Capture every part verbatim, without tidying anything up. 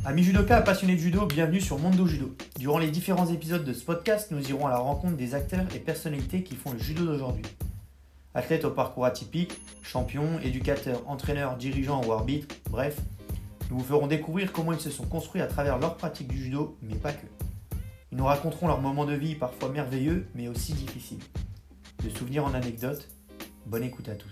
Amis judokas passionnés de judo, bienvenue sur Mondo Judo. Durant les différents épisodes de ce podcast, nous irons à la rencontre des acteurs et personnalités qui font le judo d'aujourd'hui. Athlètes au parcours atypique, champions, éducateurs, entraîneurs, dirigeants ou arbitres, bref, nous vous ferons découvrir comment ils se sont construits à travers leur pratique du judo, mais pas que. Ils nous raconteront leurs moments de vie parfois merveilleux, mais aussi difficiles. De souvenirs en anecdotes, bonne écoute à tous.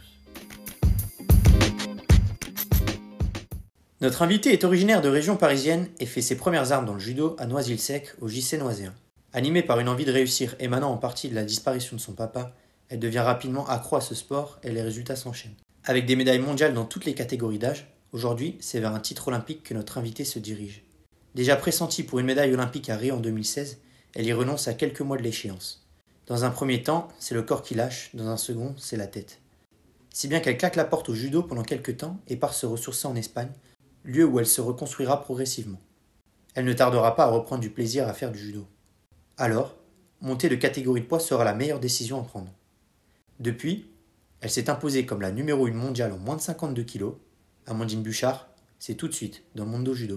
Notre invité est originaire de région parisienne et fait ses premières armes dans le judo à Noisy-le-Sec, au J C Noiséen. Animée par une envie de réussir émanant en partie de la disparition de son papa, elle devient rapidement accro à ce sport et les résultats s'enchaînent. Avec des médailles mondiales dans toutes les catégories d'âge, aujourd'hui, c'est vers un titre olympique que notre invité se dirige. Déjà pressentie pour une médaille olympique à Rio en deux mille seize, elle y renonce à quelques mois de l'échéance. Dans un premier temps, c'est le corps qui lâche, dans un second, c'est la tête. Si bien qu'elle claque la porte au judo pendant quelques temps et part se ressourcer en Espagne, lieu où elle se reconstruira progressivement. Elle ne tardera pas à reprendre du plaisir à faire du judo. Alors, monter de catégorie de poids sera la meilleure décision à prendre. Depuis, elle s'est imposée comme la numéro une mondiale en moins de cinquante-deux kilos. Amandine Buchard, c'est tout de suite dans Mondo Judo.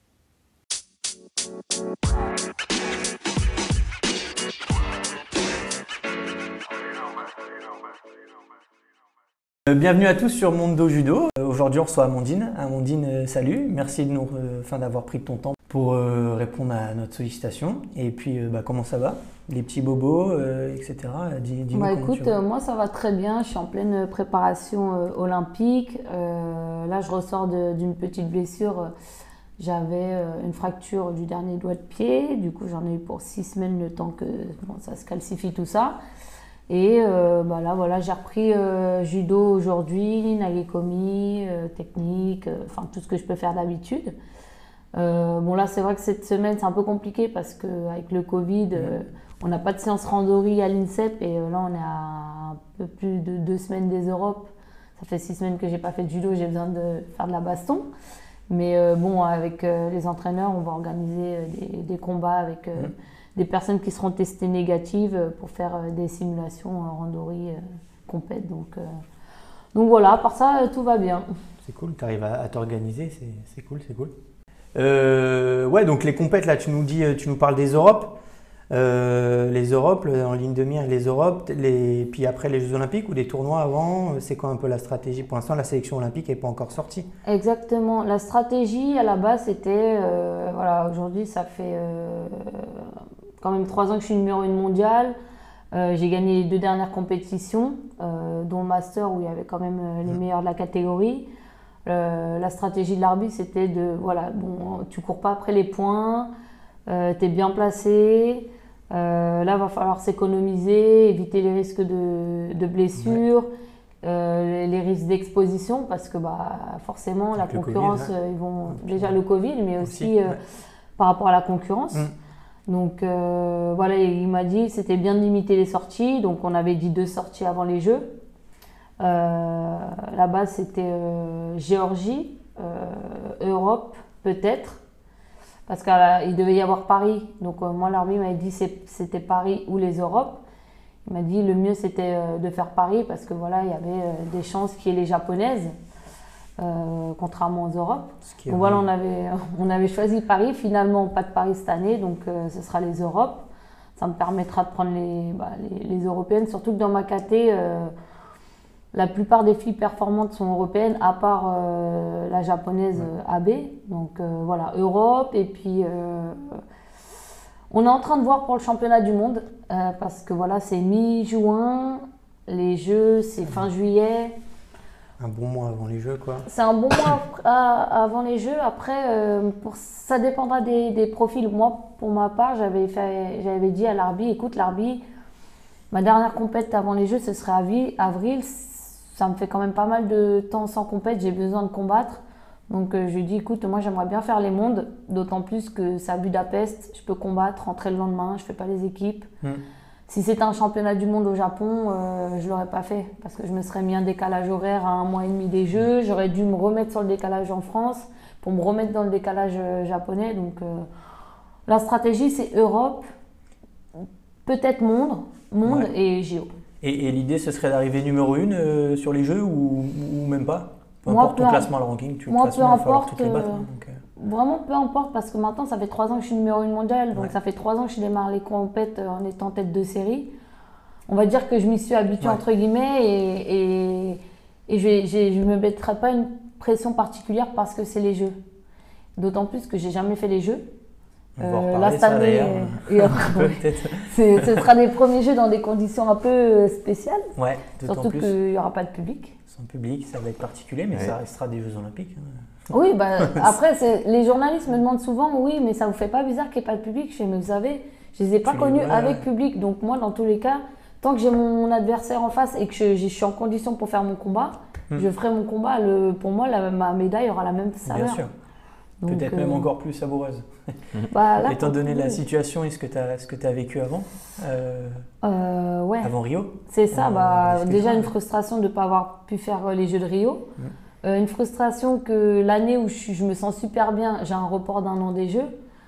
Bienvenue à tous sur Mondo Judo. Aujourd'hui, on reçoit Amandine. Amandine, euh, salut. Merci de nous, euh, enfin, d'avoir pris ton temps pour euh, répondre à notre sollicitation. Et puis, euh, bah, comment ça va? Les petits bobos, euh, et cetera. Dis, dis-nous bah, comment écoute, tu vas. euh, moi ça va très bien. Je suis en pleine préparation euh, olympique. Euh, là, je ressors de, d'une petite blessure. J'avais euh, une fracture du dernier doigt de pied. Du coup, j'en ai eu pour six semaines le temps que bon, ça se calcifie tout ça. Et euh, bah là, voilà, j'ai repris euh, judo aujourd'hui, nagekomi, euh, technique, euh, enfin tout ce que je peux faire d'habitude. Euh, bon là, c'est vrai que cette semaine, c'est un peu compliqué parce qu'avec le Covid, euh, on n'a pas de séance randori à l'INSEP et euh, là, on est à un peu plus de deux semaines des Europes. Ça fait six semaines que j'ai pas fait de judo, j'ai besoin de faire de la baston. Mais euh, bon, avec euh, les entraîneurs, on va organiser euh, des, des combats avec... Euh, mmh. des personnes qui seront testées négatives pour faire des simulations randori euh, compète. Donc, euh, donc voilà, à part ça, tout va bien. C'est cool, tu arrives à, à t'organiser, c'est, c'est cool, c'est cool. Euh, ouais, donc les compètes, là, tu nous dis, tu nous parles des Europes. Euh, les Europes, en ligne de mire, les Europes, les... puis après les Jeux Olympiques ou des tournois avant, c'est quoi un peu la stratégie? Pour l'instant, la sélection olympique n'est pas encore sortie. Exactement. La stratégie, à la base, c'était, euh, voilà, aujourd'hui, ça fait... Euh, quand même trois ans que je suis numéro une mondiale. Euh, j'ai gagné les deux dernières compétitions, euh, dont le master où il y avait quand même euh, les meilleurs de la catégorie. Euh, la stratégie de l'arbitre, c'était de, voilà, bon, tu cours pas après les points, euh, tu es bien placé. Euh, là, il va falloir s'économiser, éviter les risques de, de blessures, ouais. euh, les risques d'exposition, parce que bah, forcément, avec la concurrence, COVID, ouais. ils vont déjà le Covid, mais aussi, aussi euh, ouais. par rapport à la concurrence. Mm. Donc euh, voilà, il m'a dit que c'était bien de limiter les sorties. Donc on avait dit deux sorties avant les Jeux. Euh, la base c'était euh, Géorgie, euh, Europe peut-être, parce qu'il devait y avoir Paris. Donc euh, moi l'arbitre m'avait dit que c'était Paris ou les Europes. Il m'a dit le mieux c'était euh, de faire Paris parce que voilà, il y avait euh, des chances qu'il y ait les Japonaises. Euh, contrairement aux Europes. Donc voilà, on avait, on avait choisi Paris, finalement pas de Paris cette année, donc euh, ce sera les Europes. Ça me permettra de prendre les, bah, les, les européennes, surtout que dans ma caté, euh, la plupart des filles performantes sont européennes, à part euh, la japonaise ouais. A B. Donc euh, voilà, Europe, et puis euh, on est en train de voir pour le championnat du monde, euh, parce que voilà, c'est mi-juin, les Jeux, c'est fin juillet. Un bon mois avant les Jeux, quoi. C'est un bon mois à, avant les Jeux. Après, euh, pour, ça dépendra des, des profils. Moi, pour ma part, j'avais, fait, j'avais dit à l'arbitre, écoute l'arbitre, ma dernière compète avant les Jeux, ce serait avril, avril. Ça me fait quand même pas mal de temps sans compète, j'ai besoin de combattre. Donc euh, je lui ai dit, écoute, moi j'aimerais bien faire les mondes, d'autant plus que c'est à Budapest, je peux combattre, rentrer le lendemain, je fais pas les équipes. Mm. Si c'était un championnat du monde au Japon, euh, je ne l'aurais pas fait parce que je me serais mis un décalage horaire à un mois et demi des Jeux. J'aurais dû me remettre sur le décalage en France pour me remettre dans le décalage euh, japonais. Donc, euh, la stratégie, c'est Europe, peut-être monde, monde ouais. et J O. Et, et l'idée, ce serait d'arriver numéro une euh, sur les Jeux ou, ou même pas? Peu Moi, importe peu ton im- classement, le ranking, tu le moi, classement, peu il va falloir importe, toutes les battre. euh, hein, donc, euh, Vraiment, peu importe, parce que maintenant, ça fait trois ans que je suis numéro une mondiale, donc Ouais. ça fait trois ans que je démarre les compètes en étant tête de série. On va dire que je m'y suis habituée, Ouais. entre guillemets, et, et, et je ne me mettrai pas une pression particulière parce que c'est les jeux. D'autant plus que j'ai jamais fait les jeux. On va en Euh, reparler là, de cette ça année, d'ailleurs. et Un après, peu, ouais. peut-être. C'est- ce sera des premiers jeux dans des conditions un peu euh, spéciales, Ouais, d'autant surtout plus. qu'il n'y aura pas de public. Sans public, ça va être particulier, mais Ouais. ça restera des Jeux Olympiques. hein. Oui, bah, après, c'est- les journalistes me demandent souvent, oui, mais ça vous fait pas bizarre qu'il n'y ait pas de public? Je fais, mais vous savez, je les ai pas Tu les connus vois, avec ouais. public, donc moi, dans tous les cas, tant que j'ai mon adversaire en face et que je, je suis en condition pour faire mon combat, Hmm. je ferai mon combat. Le, pour moi, la- ma médaille aura la même saveur. Bien sûr. Donc, Peut-être euh, même encore plus savoureuse. bah, là, Étant pour donné le la coup, situation et ce que tu as, ce que tu as vécu avant, euh, euh, ouais. avant Rio. C'est ça, Euh, bah, c'était déjà grave. une frustration de ne pas avoir pu faire euh, les Jeux de Rio. Mm. Euh, une frustration que l'année où je, suis- je me sens super bien, j'ai un report d'un an des Jeux.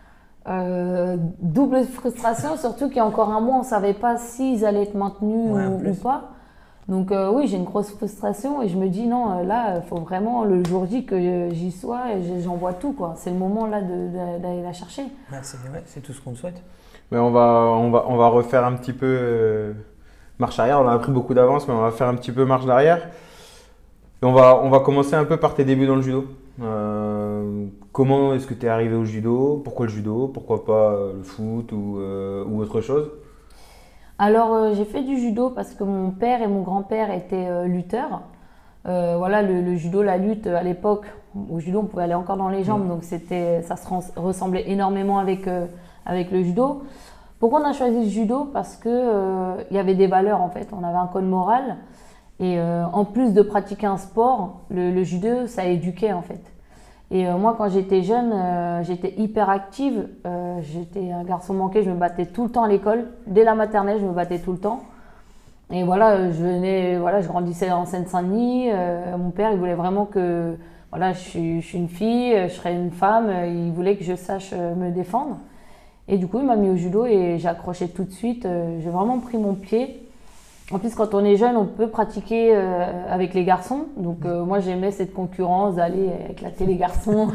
Euh, double frustration, surtout qu'il y a encore un mois, on ne savait pas s'ils allaient être maintenus Ouais, en ou, plus. ou pas. Donc euh, oui, j'ai une grosse frustration et je me dis non, euh, là, il faut vraiment le jour J que j'y sois et je- j'envoie tout, quoi. C'est le moment là de- de- d'aller la chercher. Bah, c'est ouais, c'est tout ce qu'on te souhaite. Mais on va, on va, on va refaire un petit peu euh, marche arrière. On a pris beaucoup d'avance, mais on va faire un petit peu marche d'arrière. Et on va, on va commencer un peu par tes débuts dans le judo. Euh, comment est-ce que tu es arrivé au judo? Pourquoi le judo? Pourquoi pas euh, le foot ou, euh, ou autre chose? Alors, euh, j'ai fait du judo parce que mon père et mon grand-père étaient euh, lutteurs. Euh, voilà, le, le judo, la lutte, à l'époque, au judo, on pouvait aller encore dans les jambes, donc c'était, ça se res- ressemblait énormément avec, euh, avec le judo. Pourquoi on a choisi le judo? Parce que euh, il y avait des valeurs, en fait. On avait un code moral. Et euh, en plus de pratiquer un sport, le, le judo, ça éduquait, en fait. Et euh, moi, quand j'étais jeune, euh, j'étais hyper active. Euh, j'étais un garçon manqué, je me battais tout le temps à l'école. Dès la maternelle, je me battais tout le temps. Et voilà, euh, je venais, voilà, je grandissais en Seine-Saint-Denis. Euh, mon père, il voulait vraiment que, voilà, je suis, je suis une fille, je serais une femme. euh, Il voulait que je sache euh, me défendre. Et du coup, il m'a mis au judo et j'ai accroché tout de suite. Euh, J'ai vraiment pris mon pied. En plus, quand on est jeune, on peut pratiquer euh, avec les garçons. Donc, euh, moi, j'aimais cette concurrence d'aller éclater les garçons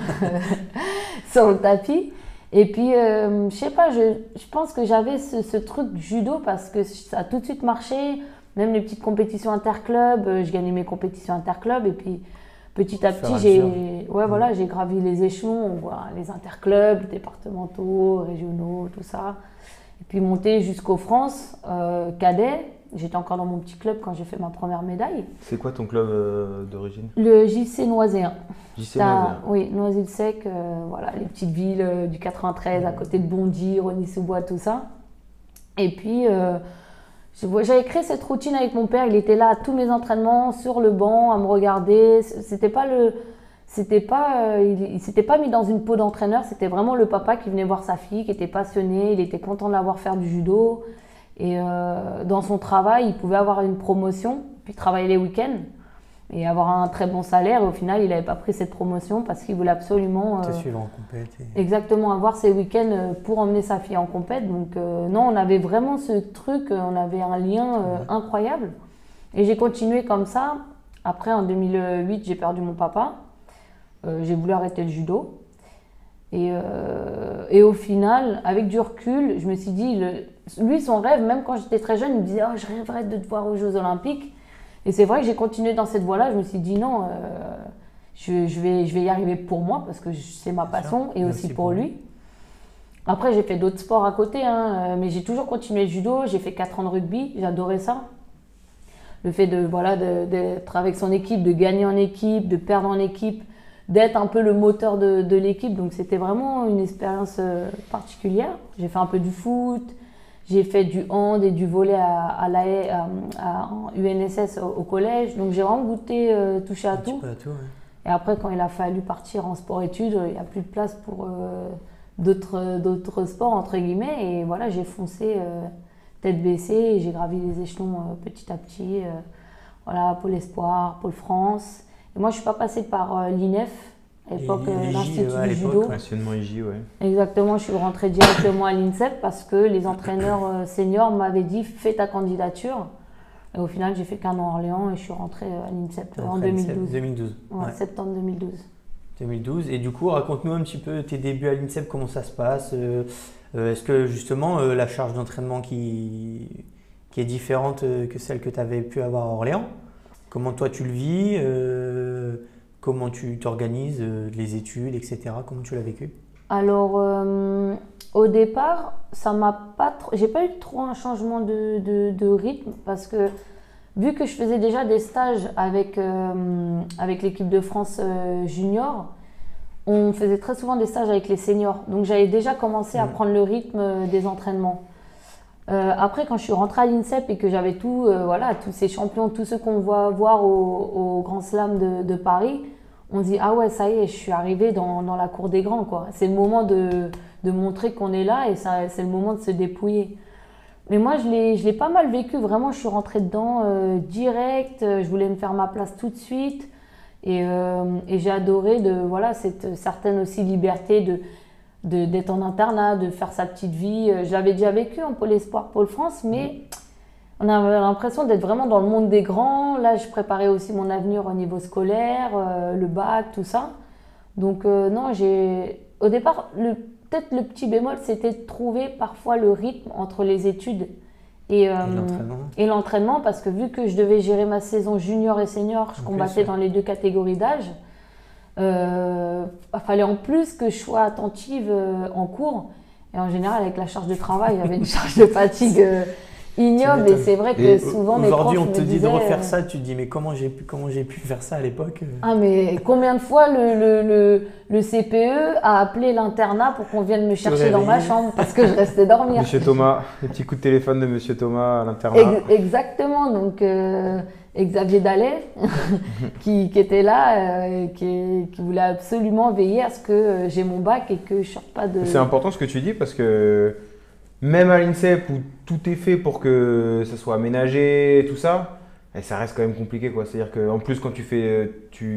sur le tapis. Et puis, euh, je sais pas, je, je pense que j'avais ce, ce truc judo parce que ça a tout de suite marché. Même les petites compétitions interclubs, euh, je gagnais mes compétitions interclubs. Et puis, petit à Faire petit, à j'ai mesure. ouais, voilà, j'ai gravi les échelons. On voit les interclubs, départementaux, régionaux, tout ça. Et puis, monter jusqu'aux France, euh, cadet. J'étais encore dans mon petit club quand j'ai fait ma première médaille. C'est quoi ton club euh, d'origine? Le J C Noisy-un. J C T'as- Noisy-un. Oui, Noisy-le-Sec, euh, voilà, les petites villes euh, du quatre-vingt-treize, à côté de Bondy, Rosny-sous-Bois, tout ça. Et puis, euh, je vois- j'avais créé cette routine avec mon père. Il était là à tous mes entraînements, sur le banc, à me regarder. C'était pas le... C'était pas, euh, il, il s'était pas mis dans une peau d'entraîneur, c'était vraiment le papa qui venait voir sa fille, qui était passionné, il était content de la voir faire du judo. Et euh, dans son travail, il pouvait avoir une promotion, puis travailler les week-ends et avoir un très bon salaire. Et au final, il n'avait pas pris cette promotion parce qu'il voulait absolument T'es euh, suivant en compète. et- exactement avoir ses week-ends euh, pour emmener sa fille en compète. Donc euh, non, on avait vraiment ce truc, euh, on avait un lien euh, incroyable. Et j'ai continué comme ça. Après, en deux mille huit, j'ai perdu mon papa. Euh, j'ai voulu arrêter le judo. Et, euh, et au final, avec du recul, je me suis dit, le- lui, son rêve, même quand j'étais très jeune, il me disait oh, je rêverais de te voir aux Jeux Olympiques. Et c'est vrai que j'ai continué dans cette voie-là. Je me suis dit non, euh, je, je vais, je vais y arriver pour moi parce que c'est ma Bien passion sûr. et Mais aussi aussi pour pour lui. Après, j'ai fait d'autres sports à côté, hein, euh, mais j'ai toujours continué le judo. J'ai fait quatre ans de rugby, j'adorais ça. Le fait de, voilà, de- d'être avec son équipe, de gagner en équipe, de perdre en équipe, d'être un peu le moteur de, de l'équipe. Donc c'était vraiment une expérience euh, particulière. J'ai fait un peu du foot, j'ai fait du hand et du volley à, à la haie, à, à- en U N S S au, au collège. Donc j'ai vraiment goûté, euh, touché à Un petit tout. peu à tout, ouais. Et après, quand il a fallu partir en sport-études, il n'y a plus de place pour euh, d'autres, d'autres sports, entre guillemets. Et voilà, j'ai foncé euh, tête baissée et j'ai gravi les échelons euh, petit à petit. euh, voilà, Pôle Espoir, Pôle France. Et moi, je ne suis pas passée par euh, l'I N E F, à l'époque, Les- euh, les J, l'Institut euh, à du l'époque, judo. Anciennement I J, ouais. Exactement, je suis rentrée directement à l'INSEP parce que les entraîneurs euh, seniors m'avaient dit fais ta candidature. Et au final, j'ai fait qu'un an à Orléans et je suis rentrée à l'INSEP en Après, deux mille douze. deux mille douze. Ouais, Ouais. septembre deux mille douze. deux mille douze. Et du coup, raconte-nous un petit peu tes débuts à l'INSEP, comment ça se passe. euh, euh, Est-ce que justement euh, la charge d'entraînement qui, qui est différente euh, que celle que tu avais pu avoir à Orléans, comment toi tu le vis, euh, comment tu t'organises, euh, les études, et cetera. Comment tu l'as vécu? Alors, euh, au départ, ça m'a pas trop, j'ai pas eu trop un changement de, de, de rythme parce que vu que je faisais déjà des stages avec, euh, avec l'équipe de France euh, junior, on faisait très souvent des stages avec les seniors. Donc, j'avais déjà commencé à Mmh. prendre le rythme euh, des entraînements. Euh, après, quand je suis rentrée à l'INSEP et que j'avais tout, euh, voilà, tous ces champions, tous ceux qu'on voit voir au, au Grand Slam de, de Paris, on se dit ah ouais, ça y est, je suis arrivée dans, dans la cour des grands, quoi. C'est le moment de, de montrer qu'on est là et ça, c'est le moment de se dépouiller. Mais moi, je l'ai, je l'ai pas mal vécu. Vraiment, je suis rentrée dedans euh, direct. Je voulais me faire ma place tout de suite et, euh, et j'ai adoré de voilà cette certaine aussi liberté de de, d'être en internat, de faire sa petite vie. Je l'avais déjà vécu en Pôle Espoir, Pôle France, mais on avait l'impression d'être vraiment dans le monde des grands. Là, je préparais aussi mon avenir au niveau scolaire, euh, le bac, tout ça. Donc euh, non, j'ai au départ, le, peut-être le petit bémol, c'était de trouver parfois le rythme entre les études et, euh, Et l'entraînement. et l'entraînement, parce que vu que je devais gérer ma saison junior et senior, je En combattais plus, ouais. dans les deux catégories d'âge. Euh, il fallait en plus que je sois attentive euh, en cours. Et en général, avec la charge de travail, j'avais une charge de fatigue euh, ignoble. Et c'est vrai que Et souvent, mes profs Aujourd'hui, on me te dit de disaient, refaire euh, ça, tu te dis mais comment j'ai pu, comment j'ai pu faire ça à l'époque? euh Ah, mais combien de fois le, le, le, le C P E a appelé l'internat pour qu'on vienne me chercher dans ma réveiller. chambre parce que je restais dormir. Monsieur Thomas, les petits coups de téléphone de Monsieur Thomas à l'internat. Ex- exactement, donc euh, Xavier Dallet qui, qui était là, euh, qui, qui voulait absolument veiller à ce que euh, j'ai mon bac et que je sorte pas de... C'est important ce que tu dis parce que même à l'INSEP où tout est fait pour que ça soit aménagé, tout ça, et ça reste quand même compliqué, quoi. C'est-à-dire qu'en plus quand tu fais,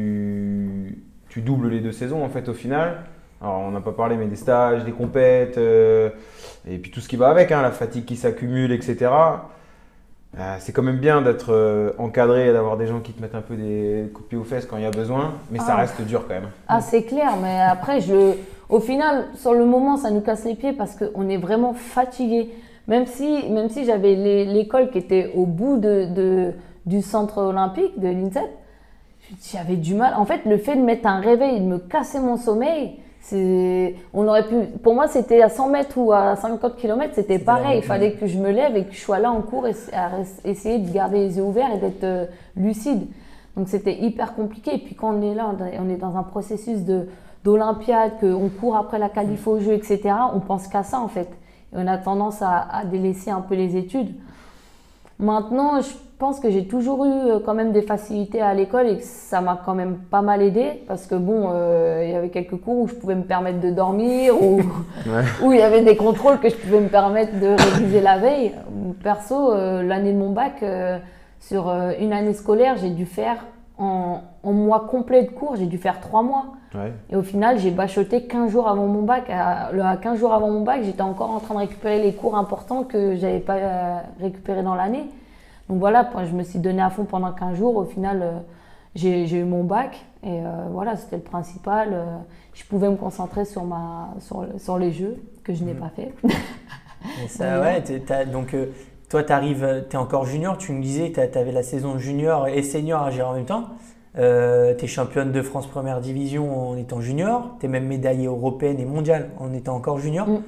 tu, tu doubles les deux saisons en fait au final. Alors on n'a pas parlé mais des stages, des compètes, euh, et puis tout ce qui va avec, hein, la fatigue qui s'accumule, et cetera. Euh, c'est quand même bien d'être euh, encadré et d'avoir des gens qui te mettent un peu des coups de pied aux fesses quand il y a besoin, mais ça Ah. reste dur quand même. Ah, c'est clair, mais après, je le... au final, sur le moment, ça nous casse les pieds parce qu'on est vraiment fatigué. Même si, même si j'avais les- l'école qui était au bout de, de- du centre olympique de l'INSEP, j'avais du mal. En fait, le fait de mettre un réveil et de me casser mon sommeil, c'est... On aurait pu... Pour moi, c'était à cent mètres ou à cinquante kilomètres, c'était C'était la pareil. même Il fallait que je me lève et que je sois là en cours et à essayer de garder les yeux ouverts et d'être euh, lucide. Donc, c'était hyper compliqué. Et puis, quand on est là, on est dans un processus de, d'olympiade, qu'on court après la qualif aux Jeux, et cetera, on pense qu'à ça, en fait. Et on a tendance à, à délaisser un peu les études. Maintenant, je pense que j'ai toujours eu euh, quand même des facilités à l'école et que ça m'a quand même pas mal aidé parce que bon, euh, il y avait quelques cours où je pouvais me permettre de dormir ou Ouais. où il y avait des contrôles que je pouvais me permettre de réviser la veille. Perso, euh, l'année de mon bac, euh, sur euh, une année scolaire, j'ai dû faire en, en mois complet de cours, j'ai dû faire trois mois. Ouais. Et au final, j'ai bachoté quinze jours avant mon bac. À, le- à quinze jours avant mon bac, j'étais encore en train de récupérer les cours importants que je n'avais pas euh, récupérés dans l'année. Donc voilà, je me suis donné à fond pendant quinze jours. Au final, euh, j'ai, j'ai eu mon bac. Et euh, voilà, c'était le principal. Euh, je pouvais me concentrer sur, ma, sur, sur les jeux, que je n'ai Mhm. pas fait. Et ça, ouais, t'es- t'as- donc euh, toi, tu arrives, tu es encore junior, tu me disais, tu avais la saison junior et senior à gérer en même temps. Euh, tu es championne de France première division en étant junior, tu es même médaillée européenne et mondiale en étant encore junior. Mm.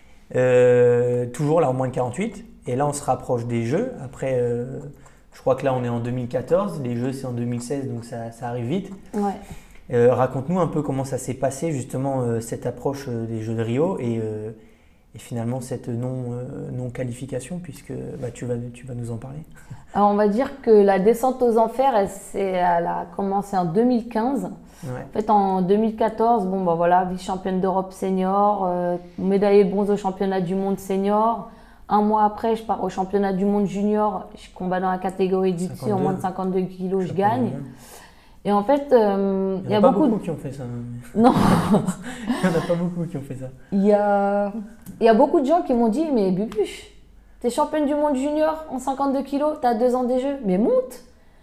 Euh, toujours là en moins de quarante-huit. Et là, on se rapproche des Jeux. Après, euh, je crois que là, on est en deux mille quatorze. Les Jeux, c'est en deux mille seize, donc ça, ça arrive vite. Ouais. Euh, raconte-nous un peu comment ça s'est passé, justement, euh, cette approche euh, des Jeux de Rio et, euh, et finalement cette non, euh, non-qualification, puisque bah, tu, vas, tu vas nous en parler. Alors, on va dire que la descente aux enfers, elle, c'est- elle a commencé en deux mille quinze. Ouais. En fait, en deux mille quatorze, bon, bah voilà, vice-championne d'Europe senior, euh, médaillée de bronze au championnat du monde senior. Un mois après, je pars au championnat du monde junior. Je combats dans la catégorie du dessus, en cinquante-deux. moins de cinquante-deux kilos, je Champion gagne. mondial. Et en fait, euh, Il il n'y y en a a pas beaucoup, beaucoup de... qui ont fait ça. Non, Il n'y en a pas beaucoup qui ont fait ça. il y a... il y a beaucoup de gens qui m'ont dit, mais Bubuche, t'es championne du monde junior en cinquante-deux kilos, t'as deux ans des Jeux, mais monte.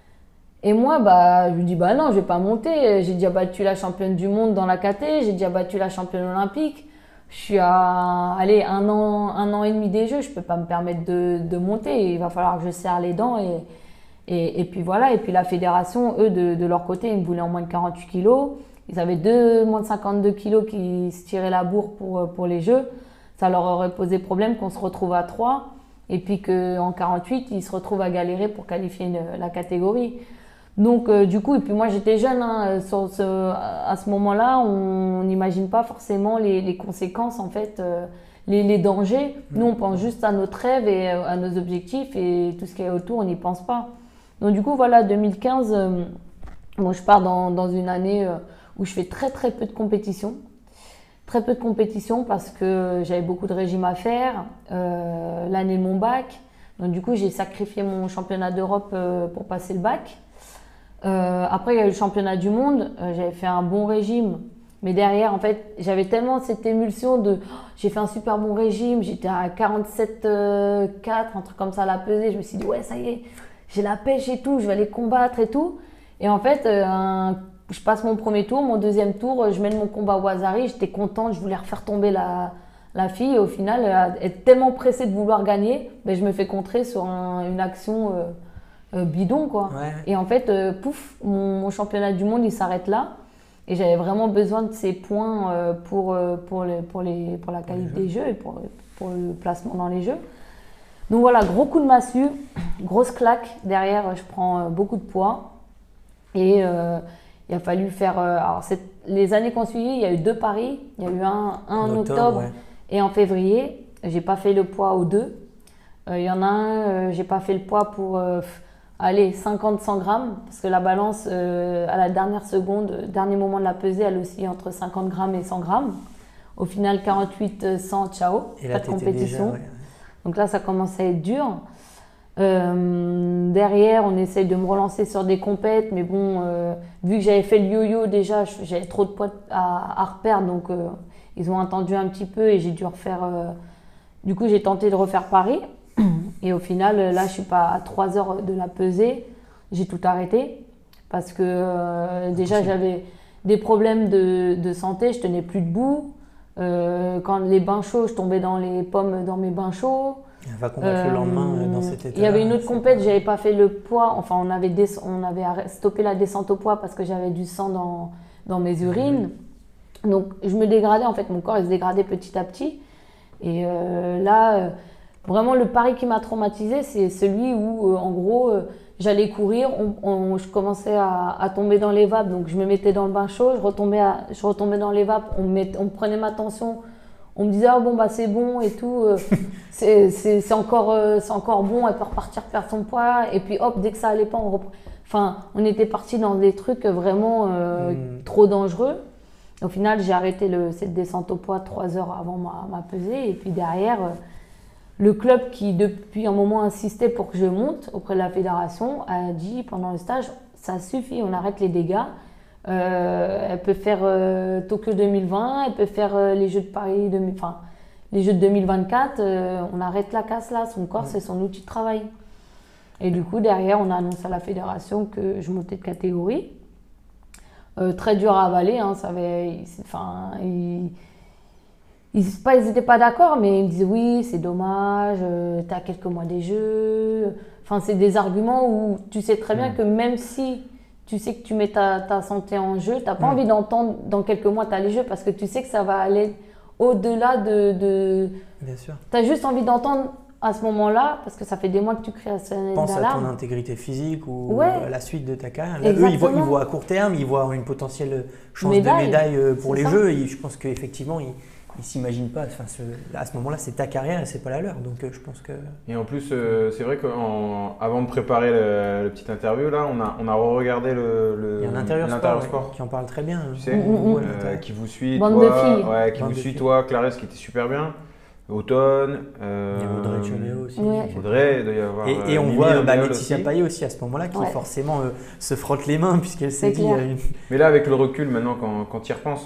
Et moi, bah, je lui dis, bah non, je vais pas monter. J'ai déjà battu la championne du monde dans la K T, j'ai déjà battu la championne olympique. Je suis à, allez, un an, un an et demi des Jeux, je peux pas me permettre de, de monter. Il va falloir que je serre les dents et, et, et puis voilà. Et puis la fédération, eux, de, de leur côté, ils me voulaient en moins de quarante-huit kilos. Ils avaient deux moins de cinquante-deux kilos qui se tiraient la bourre pour, pour les Jeux. Ça leur aurait posé problème qu'on se retrouve à trois et puis qu'en quarante-huit, ils se retrouvent à galérer pour qualifier une, la catégorie. Donc euh, du coup, et puis moi j'étais jeune, hein, sur ce, à ce moment-là, on n'imagine pas forcément les, les conséquences, en fait, euh, les, les dangers. Nous, on pense juste à notre rêve et euh, à nos objectifs et tout ce qui est autour, on n'y pense pas. Donc du coup, voilà, deux mille quinze, euh, bon, je pars dans, dans une année euh, où je fais très très peu de compétition. Très peu de compétition parce que j'avais beaucoup de régimes à faire, euh, l'année de mon bac. Donc du coup, j'ai sacrifié mon championnat d'Europe euh, pour passer le bac. Euh, après, il y a eu le championnat du monde. Euh, j'avais fait un bon régime. Mais derrière, en fait, j'avais tellement cette émulsion de oh, j'ai fait un super bon régime. J'étais à quarante-sept virgule quatre, un truc comme ça à la pesée. Je me suis dit, ouais, ça y est, j'ai la pêche et tout, je vais aller combattre et tout. Et en fait, euh, un, je passe mon premier tour, mon deuxième tour, je mène mon combat au Wazari. J'étais contente, je voulais refaire tomber la, la fille. Et au final, euh, être tellement pressée de vouloir gagner, ben, je me fais contrer sur un, une action. Euh, Euh, bidon quoi. Ouais. Et en fait, euh, pouf, mon, mon championnat du monde il s'arrête là. Et j'avais vraiment besoin de ces points euh, pour, euh, pour, les, pour, les, pour la qualité des jeux et pour, pour le placement dans les jeux. Donc voilà, gros coup de massue, grosse claque. Derrière, je prends euh, beaucoup de poids. Et euh, il a fallu faire. Euh, alors, les années qui ont suivi, il y a eu deux paris. Il y a eu un, un en octobre, octobre ouais. et en février. J'ai pas fait le poids aux deux. Il euh, y en a un, euh, j'ai pas fait le poids pour. Euh, Allez, cinquante à cent grammes, parce que la balance, euh, à la dernière seconde, dernier moment de la pesée, elle oscille entre cinquante grammes et cent grammes. Au final, quarante-huit, cent, ciao, et là, pas de compétition. Déjà, ouais. Donc là, ça commence à être dur. Euh, derrière, on essaye de me relancer sur des compètes, mais bon, euh, vu que j'avais fait le yo-yo déjà, j'avais trop de poids à, à reperdre, donc euh, ils ont attendu un petit peu et j'ai dû refaire. Euh, du coup, j'ai tenté de refaire Paris. Et au final, là, je suis pas à trois heures de la pesée. J'ai tout arrêté parce que euh, déjà, j'avais des problèmes de, de santé. Je tenais plus debout. Euh, quand les bains chauds, je tombais dans les pommes dans mes bains chauds. On va combattre euh, le lendemain dans cet état. Il y avait une autre compète, j'avais pas fait le poids. Enfin, on avait, des, on avait stoppé la descente au poids parce que j'avais du sang dans, dans mes urines. Mmh. Donc, je me dégradais. En fait, mon corps, il se dégradait petit à petit. Et euh, là... Euh, Vraiment, le pari qui m'a traumatisée, c'est celui où, euh, en gros, euh, j'allais courir, on, on, je commençais à, à tomber dans les vapes, donc je me mettais dans le bain chaud, je retombais, à, je retombais dans les vapes, on, met, on prenait ma tension, on me disait ah bon bah c'est bon et tout, euh, c'est encore, euh, encore bon, elle peut repartir perdre son poids, et puis hop, dès que ça allait pas, on reprend. Enfin, on était parti dans des trucs vraiment euh, mmh. trop dangereux. Au final, j'ai arrêté le, cette descente au poids trois heures avant ma, ma pesée, et puis derrière. Euh, Le club qui, depuis un moment, insistait pour que je monte auprès de la fédération, a dit pendant le stage, ça suffit, on arrête les dégâts. Euh, elle peut faire euh, Tokyo deux mille vingt, elle peut faire euh, les Jeux de Paris, deux mille, enfin, les Jeux de deux mille vingt-quatre, euh, on arrête la casse là, son corps, c'est son outil de travail. Et du coup, derrière, on a annoncé à la fédération que je montais de catégorie. Euh, très dur à avaler, hein, ça avait, enfin, il, Ils n'étaient pas d'accord, mais ils me disaient oui, c'est dommage, euh, tu as quelques mois des Jeux. Enfin, c'est des arguments où tu sais très bien mmh. que même si tu sais que tu mets ta, ta santé en jeu, tu n'as pas mmh. envie d'entendre dans quelques mois tu as les Jeux parce que tu sais que ça va aller au-delà de. de... Bien sûr. Tu as juste envie d'entendre à ce moment-là, parce que ça fait des mois que tu crées la sonnette d'alarme. Pense à ton intégrité physique ou ouais. à la suite de ta carrière. Là, eux, ils voient, ils voient à court terme, ils voient une potentielle chance médaille. de médaille pour les ça. Jeux. Et je pense qu'effectivement, ils. Ils ne s'imaginent pas, enfin, ce, à ce moment-là, c'est ta carrière et ce n'est pas la leur. Donc, euh, je pense que… Et en plus, euh, c'est vrai qu'avant de préparer le, le petit interview, là, on a, on a re-regardé le, le, Il y a un intérieur sport, sport qui en parle très bien. Tu sais, mmh, mmh. euh, qui vous suit, Bande toi, de filles. Ouais, qui Bande vous suit, filles. toi, Clarisse, qui était super bien. Automne. Euh, il y a Audrey Choléo aussi. Ouais. Audrey, il doit y avoir. Et, et on Mimi voit bah, Lautier Laetitia Payet aussi à ce moment-là qui ouais. forcément euh, se frotte les mains puisqu'elle s'est dit. Clair. Une... Mais là, avec le recul, maintenant, quand, quand tu y repenses,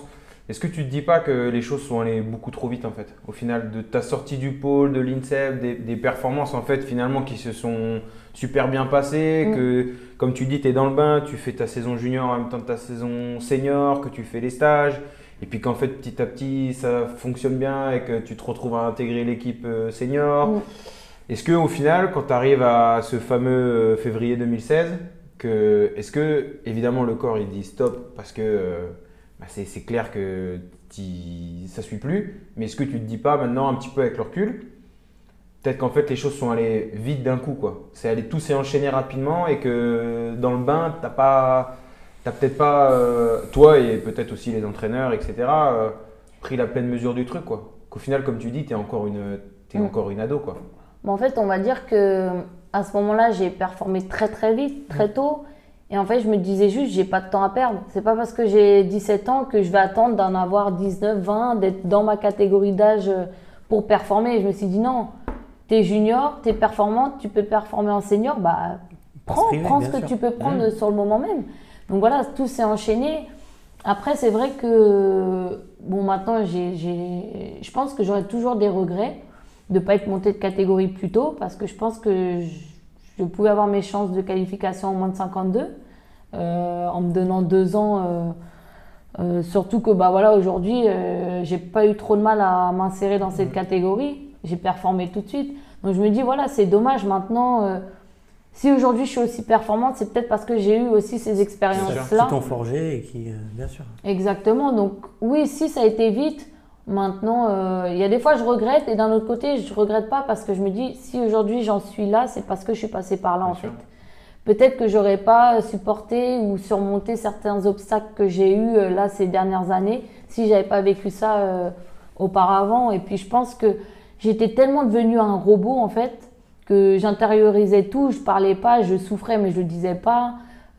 Est-ce que tu te dis pas que les choses sont allées beaucoup trop vite en fait? Au final, de ta sortie du pôle, de l'INSEP, des, des performances en fait finalement qui se sont super bien passées, Mm. que comme tu dis, tu es dans le bain, tu fais ta saison junior en même temps que ta saison senior, que tu fais les stages, et puis qu'en fait petit à petit ça fonctionne bien et que tu te retrouves à intégrer l'équipe euh, senior. Mm. Est-ce qu'au final, quand tu arrives à ce fameux euh, février deux mille seize, que, est-ce que évidemment le corps il dit stop parce que euh, bah, c'est, c'est clair que t'y- ça ne suit plus, mais est-ce que tu ne te dis pas maintenant un petit peu avec le recul, peut-être qu'en fait les choses sont allées vite d'un coup quoi. C'est allé, tout s'est enchaîné rapidement et que dans le bain, tu n'as pas, t'as peut-être pas, euh, toi et peut-être aussi les entraîneurs, et cetera, euh, pris la pleine mesure du truc quoi. Qu'au final, comme tu dis, tu es encore une, t'es Mm. encore une ado quoi. Mais en fait, on va dire que à ce moment-là, j'ai performé très très vite, très tôt. Et en fait, je me disais juste, j'ai pas de temps à perdre. C'est pas parce que j'ai dix-sept ans que je vais attendre d'en avoir dix-neuf, vingt, d'être dans ma catégorie d'âge pour performer. Et je me suis dit non, t'es junior, t'es performante, tu peux performer en senior, bah prends, priver, prends bien ce que sûr. tu peux prendre Mmh. sur le moment même. Donc voilà, tout s'est enchaîné. Après, c'est vrai que bon, maintenant, j'ai, j'ai, je pense que j'aurai toujours des regrets de ne pas être montée de catégorie plus tôt parce que je pense que je, je pouvais avoir mes chances de qualification en moins de cinquante-deux euh, en me donnant deux ans. Euh, euh, surtout que bah, voilà, aujourd'hui, euh, j'ai pas eu trop de mal à m'insérer dans cette catégorie. J'ai performé tout de suite. Donc je me dis, voilà, c'est dommage maintenant. Euh, si aujourd'hui je suis aussi performante, c'est peut-être parce que j'ai eu aussi ces Qui expériences-là. t'ont forgé et qui, euh, bien sûr. Exactement. Donc oui, si ça a été vite, maintenant, euh, il y a des fois je regrette et d'un autre côté, je regrette pas parce que je me dis, si aujourd'hui j'en suis là, c'est parce que je suis passée par là Bien en sûr. fait. Peut-être que j'aurais pas supporté ou surmonté certains obstacles que j'ai eus euh, là ces dernières années si j'avais pas vécu ça euh, auparavant. Et puis je pense que j'étais tellement devenue un robot en fait que j'intériorisais tout, je parlais pas, je souffrais mais je le disais pas.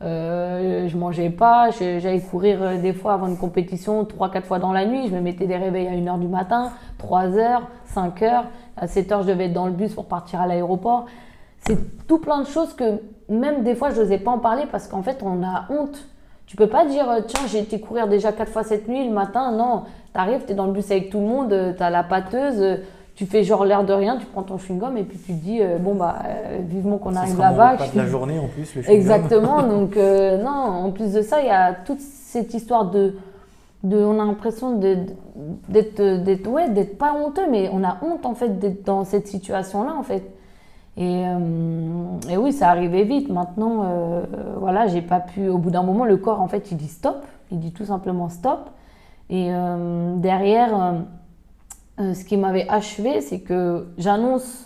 Euh, je mangeais pas, je- j'allais courir euh, des fois avant une compétition trois quatre fois dans la nuit, je me mettais des réveils à une heure du matin, trois heures, cinq heures, à sept heures je devais être dans le bus pour partir à l'aéroport. C'est tout plein de choses que même des fois je n'osais pas en parler parce qu'en fait on a honte. Tu peux pas dire euh, tiens j'ai été courir déjà quatre fois cette nuit le matin, non, t'arrives, t'es dans le bus avec tout le monde, euh, t'as la pâteuse, euh, tu fais genre l'air de rien, tu prends ton chewing-gum et puis tu te dis euh, bon bah euh, vivement qu'on Ce arrive sera mon là-bas. repas que de la je- journée en plus, le chewing-gum. Exactement, donc euh, non, en plus de ça, il y a toute cette histoire de, de on a l'impression de- d'être, d'être, ouais, d'être pas honteux, mais on a honte en fait d'être dans cette situation-là en fait. Et, euh, et oui, ça arrivait vite. Maintenant, euh, voilà, j'ai pas pu. Au bout d'un moment, le corps en fait, il dit stop, il dit tout simplement stop. Et euh, derrière, euh, euh, ce qui m'avait achevé, c'est que j'annonce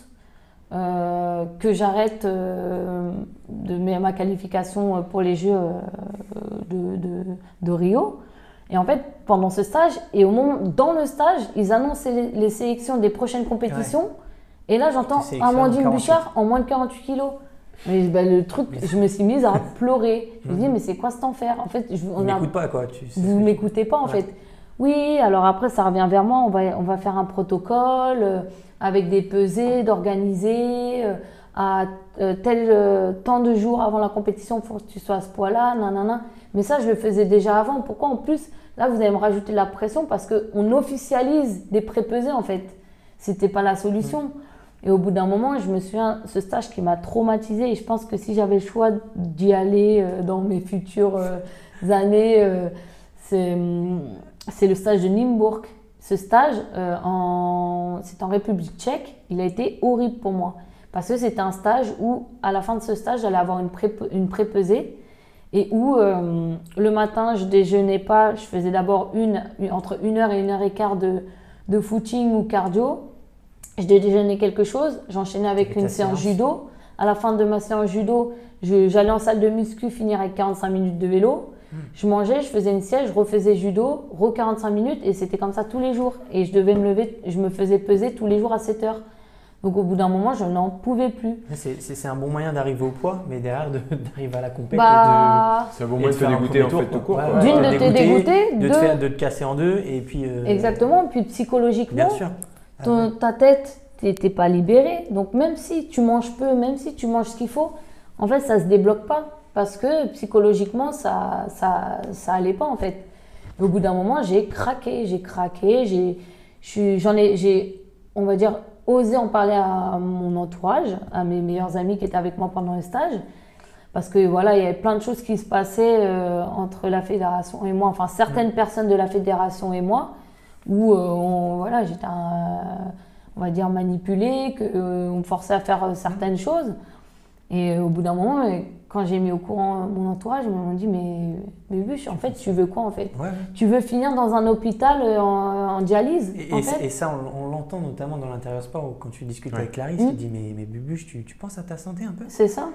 euh, que j'arrête euh, de ma ma qualification pour les Jeux euh, de, de, de Rio. Et en fait, pendant ce stage, et au moment, dans le stage, ils annoncent les, les sélections des prochaines compétitions. Et là, j'entends Tu sélectionnes en Amandine quarante-huit. Bouchard en moins de quarante-huit kilos. Mais ben, le truc, je me suis mise à pleurer. Je me dis, mais c'est quoi cet enfer? En fait, je, On on a- n'écoute pas quoi. Tu, c'est- vous m'écoutez pas en Ouais. fait. Oui, alors après ça revient vers moi, on va, on va faire un protocole euh, avec des pesées, d'organiser euh, à euh, tel euh, temps de jours avant la compétition pour que tu sois à ce poids-là, nanana. Mais ça je le faisais déjà avant. Pourquoi en plus là vous allez me rajouter la pression parce qu'on officialise des pré-pesées en fait. C'était pas la solution. Et au bout d'un moment, je me souviens, ce stage qui m'a traumatisée, et je pense que si j'avais le choix d'y aller euh, dans mes futures euh, années, euh, c'est, hum, c'est le stage de Nimbourg. Ce stage, euh, en, c'est en République tchèque, il a été horrible pour moi. Parce que c'était un stage où, à la fin de ce stage, j'allais avoir une, pré, une pré-pesée, et où euh, le matin, je déjeunais pas, je faisais d'abord une, une- entre une heure et une heure et quart de, de footing ou cardio. Je déjeunais quelque chose, j'enchaînais avec Avec une ta séance séance. judo. À la fin de ma séance judo, je- j'allais en salle de muscu finir avec quarante-cinq minutes de vélo. Je mangeais, je faisais une sieste, je refaisais judo, re quarante-cinq minutes et c'était comme ça tous les jours. Et je devais me lever, je me faisais peser tous les jours à sept heures. Donc au bout d'un moment, je n'en pouvais plus. Mais C'est c'est- c'est un bon moyen d'arriver au poids, mais derrière de- d'arriver à la compète Bah, C'est un bon et de, moyen et de de te faire un dégoûter en premier fait tour, tout court. quoi. quoi. Ouais, D'une, ouais, de te dégoûter, de, te deux- faire, de te casser en deux et puis. euh, exactement. Puis psychologiquement, Bien sûr. Ah ton- ouais. ta tête, t'es t'es pas libérée. Donc même si tu manges peu, même si tu manges ce qu'il faut, en fait, ça se débloque pas. Parce que psychologiquement, ça, ça, ça allait pas en fait. Et au bout d'un moment, j'ai craqué, j'ai craqué, j'ai, je suis- j'en ai, j'ai, on va dire, osé en parler à mon entourage, à mes meilleurs amis qui étaient avec moi pendant le stage. Parce que voilà, il y avait plein de choses qui se passaient euh, entre la fédération et moi, enfin certaines personnes de la fédération et moi, où euh, on- voilà, j'étais, un- on va dire, manipulée, qu'on me forçait à faire euh, certaines choses. Et euh, au bout d'un moment, euh, quand j'ai mis au courant mon entourage, ils m'ont dit mais, mais Buch, en fait, tu veux quoi en fait? Ouais, ouais. Tu veux finir dans un hôpital euh, en, en dialyse Et, en et- fait et ça, on, on l'entend notamment dans l'intérieur sport, où quand tu discutes Ouais. avec Clarisse, Mm. tu dis mais, mais Bubuche, tu, tu penses à ta santé un peu? C'est ça.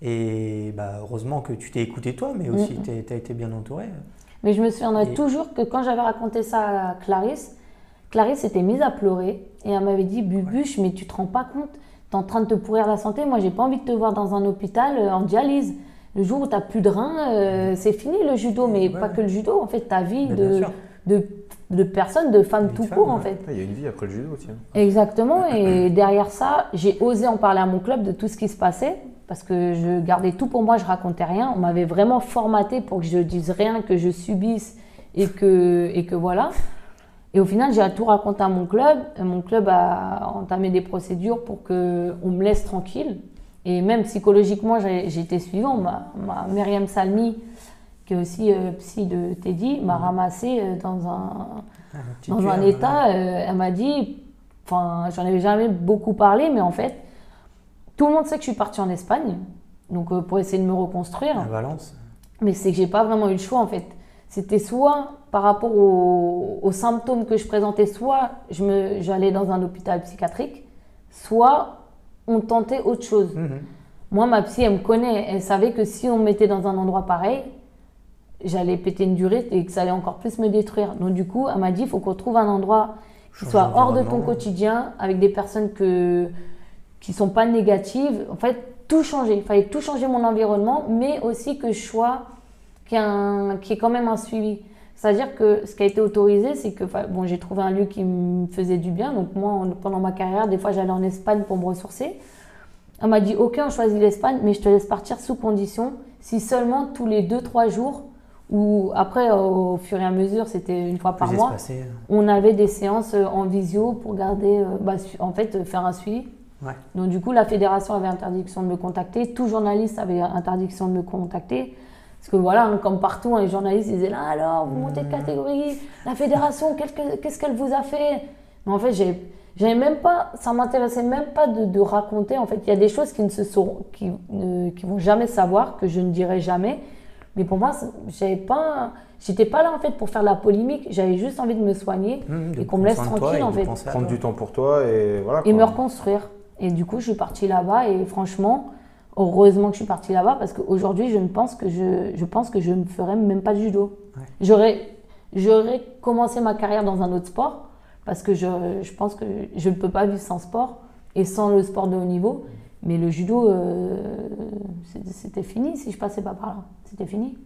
Et bah, heureusement que tu t'es écouté toi, mais aussi Mm. tu as été bien entouré. Mais je me souviendrai Et- toujours que quand j'avais raconté ça à Clarisse, Clarisse s'était mise à pleurer et elle m'avait dit Bubuche, mais tu te rends pas compte, tu es en train de te pourrir la santé. Moi, j'ai pas envie de te voir dans un hôpital euh, en dialyse. Le jour où tu n'as plus de reins, euh, c'est fini le judo, mais Ouais, pas ouais. que le judo, en fait, ta vie Mais bien de, sûr. de, de personne, de femme Vie de tout femme, court, en ouais. fait. Ah, il y a une vie après le judo aussi. hein. Exactement, et derrière ça, j'ai osé en parler à mon club de tout ce qui se passait, parce que je gardais tout pour moi, je racontais rien. On m'avait vraiment formaté pour que je dise rien, que je subisse et que, et que voilà. Et au final, j'ai tout raconté à mon club. Mon club a entamé des procédures pour qu'on me laisse tranquille. Et même psychologiquement, j'ai j'ai été suivie. On m'a- m'a- Myriam Salmi, qui est aussi euh, psy de Teddy, m'a ramassée euh, dans un, Ah, la petite dans cuillère, un voilà. état. euh, elle m'a dit, enfin, j'en avais jamais beaucoup parlé, mais en fait, tout le monde sait que je suis partie en Espagne, donc euh, pour essayer de me reconstruire. À Valence. Mais c'est que j'ai pas vraiment eu le choix en fait. C'était soit par rapport aux, aux symptômes que je présentais, soit je me, j'allais dans un hôpital psychiatrique, soit on tentait autre chose. Mhm. Moi, ma psy, elle me connaît. Elle savait que si on me mettait dans un endroit pareil, j'allais péter une durite et que ça allait encore plus me détruire. Donc du coup, elle m'a dit, il faut qu'on trouve un endroit qui Changer soit hors de ton d'environnement. quotidien, avec des personnes que, qui ne sont pas négatives. En fait, tout changer. Il fallait tout changer mon environnement, mais aussi que je sois, qu'il y ait, un- qu'il y ait quand même un suivi. C'est-à-dire que ce qui a été autorisé, c'est que enfin, bon, j'ai trouvé un lieu qui me faisait du bien. Donc moi, en- pendant ma carrière, des fois, j'allais en Espagne pour me ressourcer. Elle m'a dit, ok, on choisit l'Espagne, mais je te laisse partir sous condition, si seulement tous les deux trois jours, ou après, au fur et à mesure, c'était une fois par Plus mois, espacé. on avait des séances euh, en visio pour garder, euh, bah, su- en fait, euh, faire un suivi. Ouais. Donc du coup, la fédération avait interdiction de me contacter, tout journaliste avait interdiction de me contacter. Parce que voilà, hein, comme partout, hein, les journalistes ils disaient là alors, vous montez de catégorie, la fédération, quel- quel- qu'est-ce qu'elle vous a fait? Mais en fait, j'ai, j'avais même pas, ça m'intéressait même pas de, de raconter. En fait, il y a des choses qui ne se sauront, qui ne qui vont jamais savoir, que je ne dirai jamais. Mais pour moi, c'est- j'avais pas, j'étais pas là en fait pour faire la polémique. J'avais juste envie de me soigner Mhm, de et qu'on me laisse prendre soin de toi tranquille et en de fait. penser à Prendre toi. du temps pour toi et voilà. Et quoi. me reconstruire. Et du coup, je suis partie là-bas et franchement, heureusement que je suis partie là-bas parce qu'aujourd'hui, je ne pense que je, je pense que je ne ferais même pas de judo. Ouais. J'aurais, j'aurais commencé ma carrière dans un autre sport parce que je, je pense que je ne peux pas vivre sans sport et sans le sport de haut niveau. Mais le judo, euh, c'était- c'était fini si je passais pas par là. C'était fini.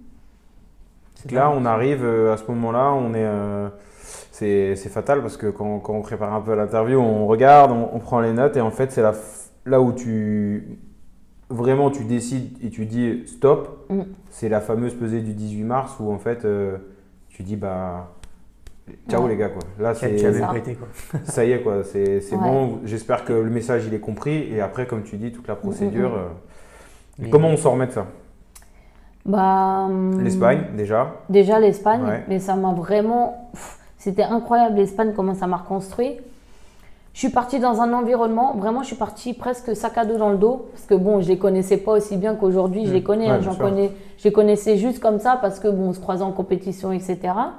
C'est Là, dingue. on arrive euh, à ce moment-là, on est, euh, c'est, c'est fatal parce que quand, quand on prépare un peu l'interview, on regarde, on, on prend les notes et en fait, c'est la f- là où tu vraiment tu décides et tu dis stop. Mm. C'est la fameuse pesée du dix-huit mars où en fait, euh, tu dis bah ciao Ouais. les gars quoi. Là, Tu c'est avais ça. pas été quoi. ça y est quoi, c'est, c'est Ouais. bon. J'espère que le message il est compris et après, comme tu dis, toute la procédure. Mm, mm, euh, Mais- Comment on s'en remet de ça? Bah, hum, L'Espagne déjà. Déjà l'Espagne, Ouais. mais ça m'a vraiment... pff, C'était incroyable l'Espagne, comment ça m'a reconstruit. Je suis partie dans un environnement, vraiment je suis partie presque sac à dos dans le dos, parce que bon, je les connaissais pas aussi bien qu'aujourd'hui, je Mmh. les connais, Ouais, hein, bien j'en sûr. connais, je les connaissais juste comme ça, parce que bon, on se croisait en compétition, et cetera.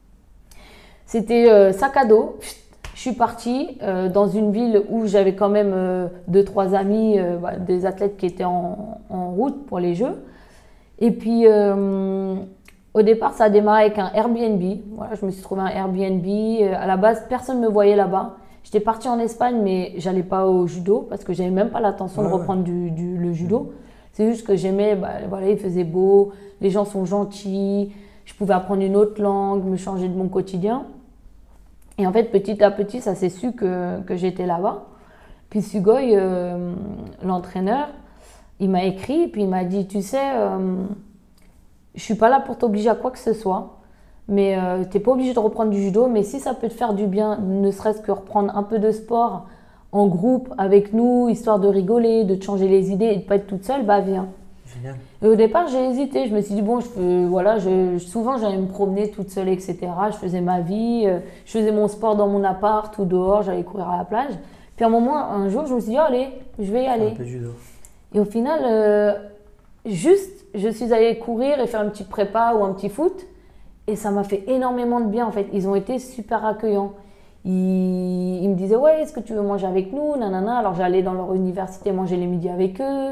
C'était euh, sac à dos. Je suis partie euh, dans une ville où j'avais quand même euh, deux, trois amis, euh, bah, des athlètes qui étaient en, en route pour les Jeux. Et puis, euh, au départ, ça a démarré avec un Airbnb. Voilà, je me suis trouvé un Airbnb. Euh, À la base, personne ne me voyait là-bas. J'étais partie en Espagne, mais j'allais pas au judo parce que j'avais même pas l'intention Ouais, de ouais. reprendre du, du- le judo. C'est juste que j'aimais, bah, voilà, il faisait beau, les gens sont gentils, je pouvais apprendre une autre langue, me changer de mon quotidien. Et en fait, petit à petit, ça s'est su que, que j'étais là-bas. Puis Sugoi, euh, l'entraîneur, il m'a écrit et puis il m'a dit, tu sais, euh, je suis pas là pour t'obliger à quoi que ce soit. mais euh, t'es pas obligé de reprendre du judo. Mais si ça peut te faire du bien, ne serait-ce que reprendre un peu de sport en groupe avec nous, histoire de rigoler, de te changer les idées et de pas être toute seule, bah viens. Génial. Et au départ, j'ai hésité. Je me suis dit, bon, je fais, voilà, je, souvent j'allais me promener toute seule, et cetera. Je faisais ma vie, euh, je faisais mon sport dans mon appart ou dehors, j'allais courir à la plage. Puis à un moment, un jour, je me suis dit, oh, allez, je vais y aller. Un peu de judo. Et au final, euh, juste, je suis allée courir et faire une petite prépa ou un petit foot. Et ça m'a fait énormément de bien, en fait. Ils ont été super accueillants. Ils, ils me disaient, ouais, est-ce que tu veux manger avec nous? Nanana. Alors j'allais dans leur université manger les midis avec eux.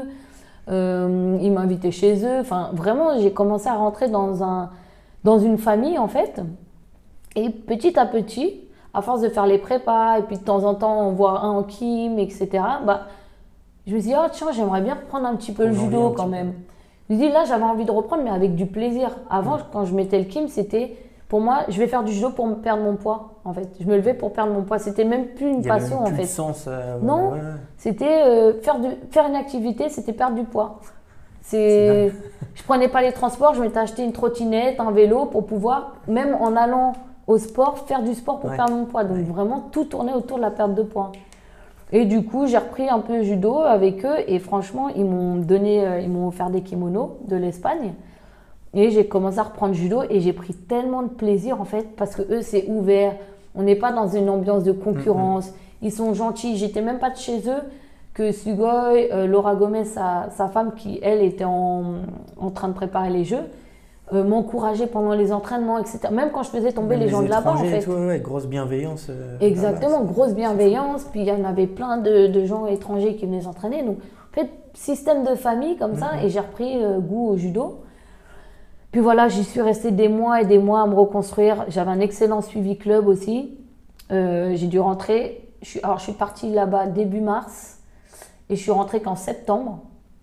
Euh, ils m'invitaient chez eux. Enfin, vraiment, j'ai commencé à rentrer dans, un, dans une famille, en fait. Et petit à petit, à force de faire les prépas, et puis de temps en temps, on voit un en kim, et cetera, bah, je me suis dit, oh tiens, j'aimerais bien reprendre un petit peu On le en judo vient un quand petit même. Je me dis, là, j'avais envie de reprendre, mais avec du plaisir. Avant, quand je mettais le kim, c'était, pour moi, je vais faire du judo pour me perdre mon poids, en fait. Je me levais pour perdre mon poids. C'était même plus une Il y avait passion, même en plus fait. de sens. euh, Non. ouais, ouais. C'était euh, faire, du, faire une activité, c'était perdre du poids. C'est, je prenais pas les transports, je m'étais acheté une trottinette, un vélo pour pouvoir, même en allant au sport, faire du sport pour Ouais. perdre mon poids. Donc Ouais. vraiment, tout tournait autour de la perte de poids. Et du coup, j'ai repris un peu judo avec eux et franchement, ils m'ont donné, euh, ils m'ont offert des kimonos de l'Espagne. Et j'ai commencé à reprendre judo et j'ai pris tellement de plaisir en fait parce que eux, c'est ouvert. On n'est pas dans une ambiance de concurrence. Ils sont gentils. J'étais même pas de chez eux que Sugoi, euh, Laura Gomez, sa, sa femme qui, elle, était en, en train de préparer les jeux, euh, m'encourageait pendant les entraînements, et cetera. Même quand je faisais tomber Même les gens de là-bas, en étrangers et fait. tout, ouais, grosse bienveillance. euh, Exactement, là-bas, grosse bienveillance. Puis il y en avait plein de, de gens étrangers qui venaient s'entraîner. Donc, en fait, système de famille comme ça. Mhm. Et j'ai repris euh, goût au judo. Puis voilà, j'y suis restée des mois et des mois à me reconstruire. J'avais un excellent suivi club aussi. Euh, j'ai dû rentrer. Je suis, alors, je suis partie là-bas début mars. Et je suis rentrée qu'en septembre.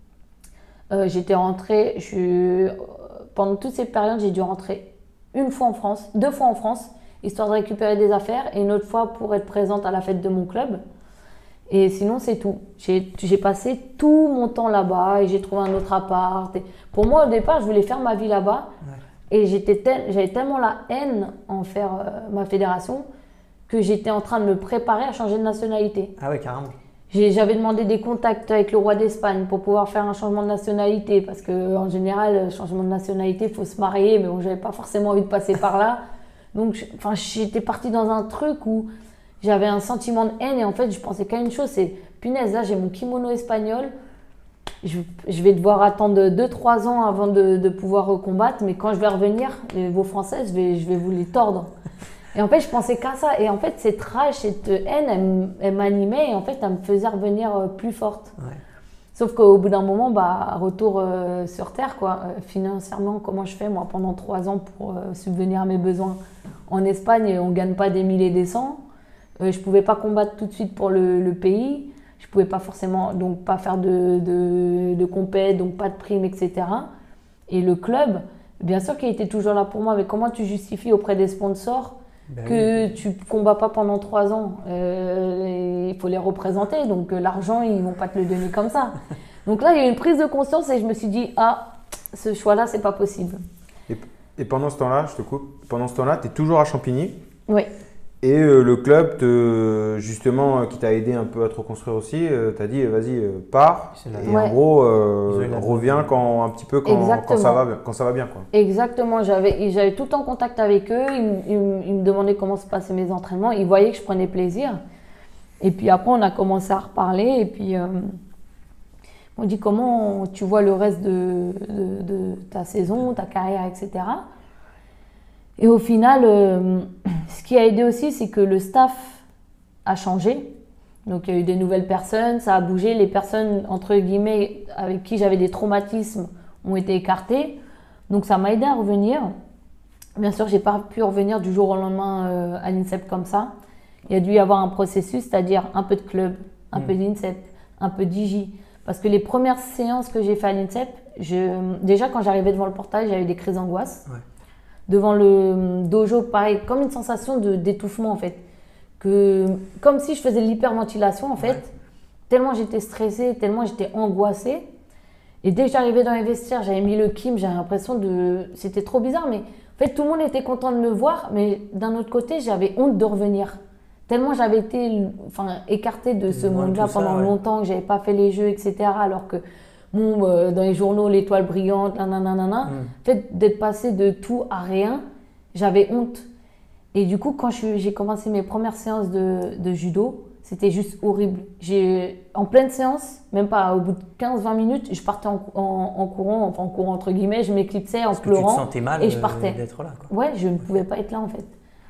Euh, j'étais rentrée, je, pendant toute cette période, j'ai dû rentrer une fois en France, deux fois en France, histoire de récupérer des affaires, et une autre fois pour être présente à la fête de mon club. Et sinon, c'est tout. J'ai, j'ai passé tout mon temps là-bas et j'ai trouvé un autre appart. Et pour moi, au départ, je voulais faire ma vie là-bas. Ouais. Et j'étais tel, j'avais tellement la haine en faire euh, ma fédération que j'étais en train de me préparer à changer de nationalité. Ah ouais, carrément. J'ai- J'avais demandé des contacts avec le roi d'Espagne pour pouvoir faire un changement de nationalité parce qu'en général, le changement de nationalité, il faut se marier, mais bon, j'avais pas forcément envie de passer par là. Donc, je- enfin, j'étais partie dans un truc où j'avais un sentiment de haine et en fait, je pensais qu'à une chose, c'est punaise, là, j'ai mon kimono espagnol, je, je vais devoir attendre deux trois ans avant de, de pouvoir recombattre, mais quand je vais revenir, les- vos Français, je vais, je vais vous les tordre. Et en fait, je pensais qu'à ça. Et en fait, cette rage, cette haine, elle, m- elle m'animait et en fait, elle me faisait revenir euh, plus forte. Ouais. Sauf qu'au bout d'un moment, bah, retour euh, sur Terre, quoi. Euh, financièrement, comment je fais, moi, pendant trois ans pour euh, subvenir à mes besoins en Espagne, on ne gagne pas des mille et des cents. Euh, je ne pouvais pas combattre tout de suite pour le, le pays. Je ne pouvais pas forcément, donc pas faire de, de, de compète, donc pas de primes, et cetera. Et le club, bien sûr qu'il était toujours là pour moi, mais comment tu justifies auprès des sponsors Bah que oui. tu ne combats pas pendant trois ans? Euh, Il faut les représenter, donc euh, l'argent, ils ne vont pas te le donner comme ça. Donc là, il y a eu une prise de conscience et je me suis dit, ah, ce choix-là, c'est pas possible. Et, et pendant ce temps-là, je te coupe, pendant ce temps-là, tu es toujours à Champigny. Oui. Et euh, le club, te, justement, euh, qui t'a aidé un peu à te reconstruire aussi, euh, t'a dit euh, vas-y, euh, pars. C'est la- Et Ouais. en gros, euh, Ils ont eu la- reviens quand, un petit peu quand, quand, Exactement. ça va, quand ça va bien. Quoi. Exactement, j'avais, j'avais tout le temps en contact avec eux, ils, me- ils me- ils me demandaient comment se passaient mes entraînements, ils voyaient que je prenais plaisir. Et puis après, on a commencé à reparler et puis euh, on dit comment tu vois le reste de, de- de ta saison, ta carrière, et cetera. Et au final, euh, ce qui a aidé aussi, c'est que le staff a changé. Donc il y a eu des nouvelles personnes, ça a bougé, les personnes entre guillemets avec qui j'avais des traumatismes ont été écartées. Donc ça m'a aidé à revenir. Bien sûr, j'ai pas pu revenir du jour au lendemain euh, à l'INSEP comme ça. Il y a dû y avoir un processus, c'est-à-dire un peu de club, un Mm. peu d'INSEP, un peu d'I J. Parce que les premières séances que j'ai fait à l'INSEP, je... déjà quand j'arrivais devant le portail, j'avais des crises d'angoisse. Ouais. Devant le dojo, pareil, comme une sensation de, d'étouffement en fait. Que, comme si je faisais de l'hyperventilation en fait. Ouais. Tellement j'étais stressée, tellement j'étais angoissée. Et dès que j'arrivais dans les vestiaires, j'avais mis le kim, j'avais l'impression de... C'était trop bizarre, mais En fait, tout le monde était content de me voir, mais d'un autre côté, j'avais honte de revenir. Tellement j'avais été enfin, écartée de ce Loin de monde-là tout ça, pendant ouais. longtemps, que j'avais pas fait les jeux, et cetera. Alors que, bon, euh, dans les journaux, l'étoile brillante, nanana, nanana. Mm. En fait, d'être passée de tout à rien, j'avais honte. Et du coup, quand je suis- j'ai commencé mes premières séances de, de judo, c'était juste horrible. J'ai, en pleine séance, même pas au bout de quinze vingt minutes, je partais en, en- en courant, enfin en courant entre guillemets, je m'éclipsais en Parce que tu te pleurant. sentais mal et je euh, partais. d'être là. Quoi. Ouais, je ne pouvais pas être là en fait.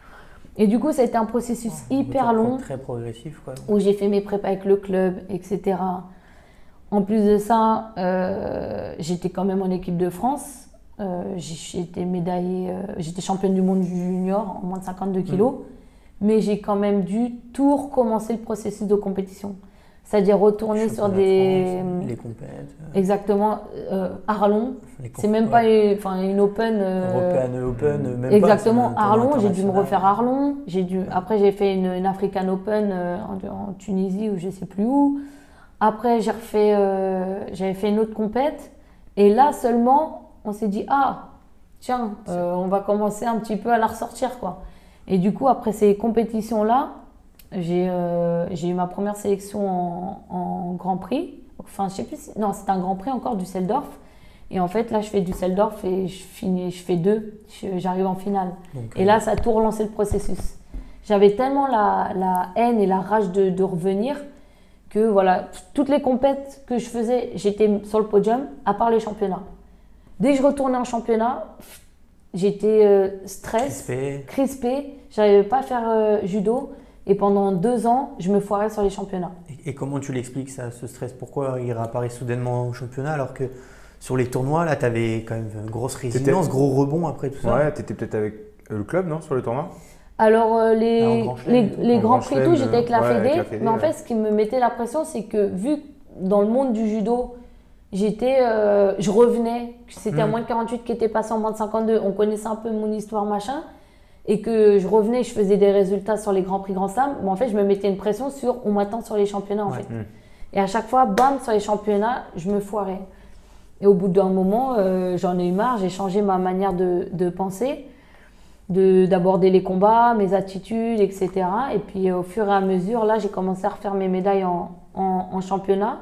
Et du coup, ça a été un processus Un hyper retour long Très progressif. Quoi. où j'ai fait mes prépas avec le club, et cetera. En plus de ça, euh, j'étais quand même en équipe de France. Euh, j'ai été médaillée, euh, j'étais championne du monde junior en moins de cinquante-deux kilos. Mais j'ai quand même dû tout recommencer le processus de compétition. C'est-à-dire retourner sur Championnat des... de France, les compètes. euh, Exactement, euh, Arlon. les C'est même pas une, enfin, une open... euh, European Open, même Exactement, pas, c'est un tournoi Arlon, j'ai dû me international. refaire Arlon. J'ai dû, après, j'ai fait une, une African Open euh, en, en Tunisie ou je sais plus où. Après, j'ai refait, euh, j'avais fait une autre compète. Et là seulement, on s'est dit, ah, tiens, euh, on va commencer un petit peu à la ressortir, quoi. Et du coup, après ces compétitions-là, j'ai euh, j'ai eu ma première sélection en, en Grand Prix. Enfin, je sais plus si... Non, c'était un Grand Prix encore du Düsseldorf. Et en fait, là, je fais du Düsseldorf et je, finis, je fais deux. Je- J'arrive en finale. Donc, Et là, ça a tout relancé le processus. J'avais tellement la, la haine et la rage de, de revenir que voilà, toutes les compètes que je faisais, j'étais sur le podium, à part les championnats. Dès que je retournais en championnat, j'étais euh, stress, crispé. crispée, j'arrivais pas à faire euh, judo. Et pendant deux ans, je me foirais sur les championnats. Et, et comment tu l'expliques ça, ce stress? Pourquoi il réapparaît soudainement au championnat alors que sur les tournois, là, tu avais quand même une grosse résilience, gros rebond après tout ça? Ouais, t'étais peut-être avec euh, le club, non, sur le tournoi? Alors, euh, Ah, en les, Grand Chelem les, et tout. les En Grands Grand Prix et Chelem, tout, j'étais avec la ouais, Fédé. avec la Fédé, Mais en ouais. fait, ce qui me mettait la pression, c'est que vu que dans le monde du judo, j'étais, euh, je revenais, que c'était Mm. un moins de quarante-huit qui était passé en moins de cinquante-deux, on connaissait un peu mon histoire, machin, et que je revenais, je faisais des résultats sur les Grands Prix Grand Slam, mais en fait, je me mettais une pression sur on m'attend sur les championnats, en Ouais. fait. Mm. Et à chaque fois, bam, sur les championnats, je me foirais. Et au bout d'un moment, euh, j'en ai eu marre, j'ai changé ma manière de, de penser, de- d'aborder les combats, mes attitudes, et cetera. Et puis euh, au fur et à mesure, là, j'ai commencé à refaire mes médailles en, en- en championnat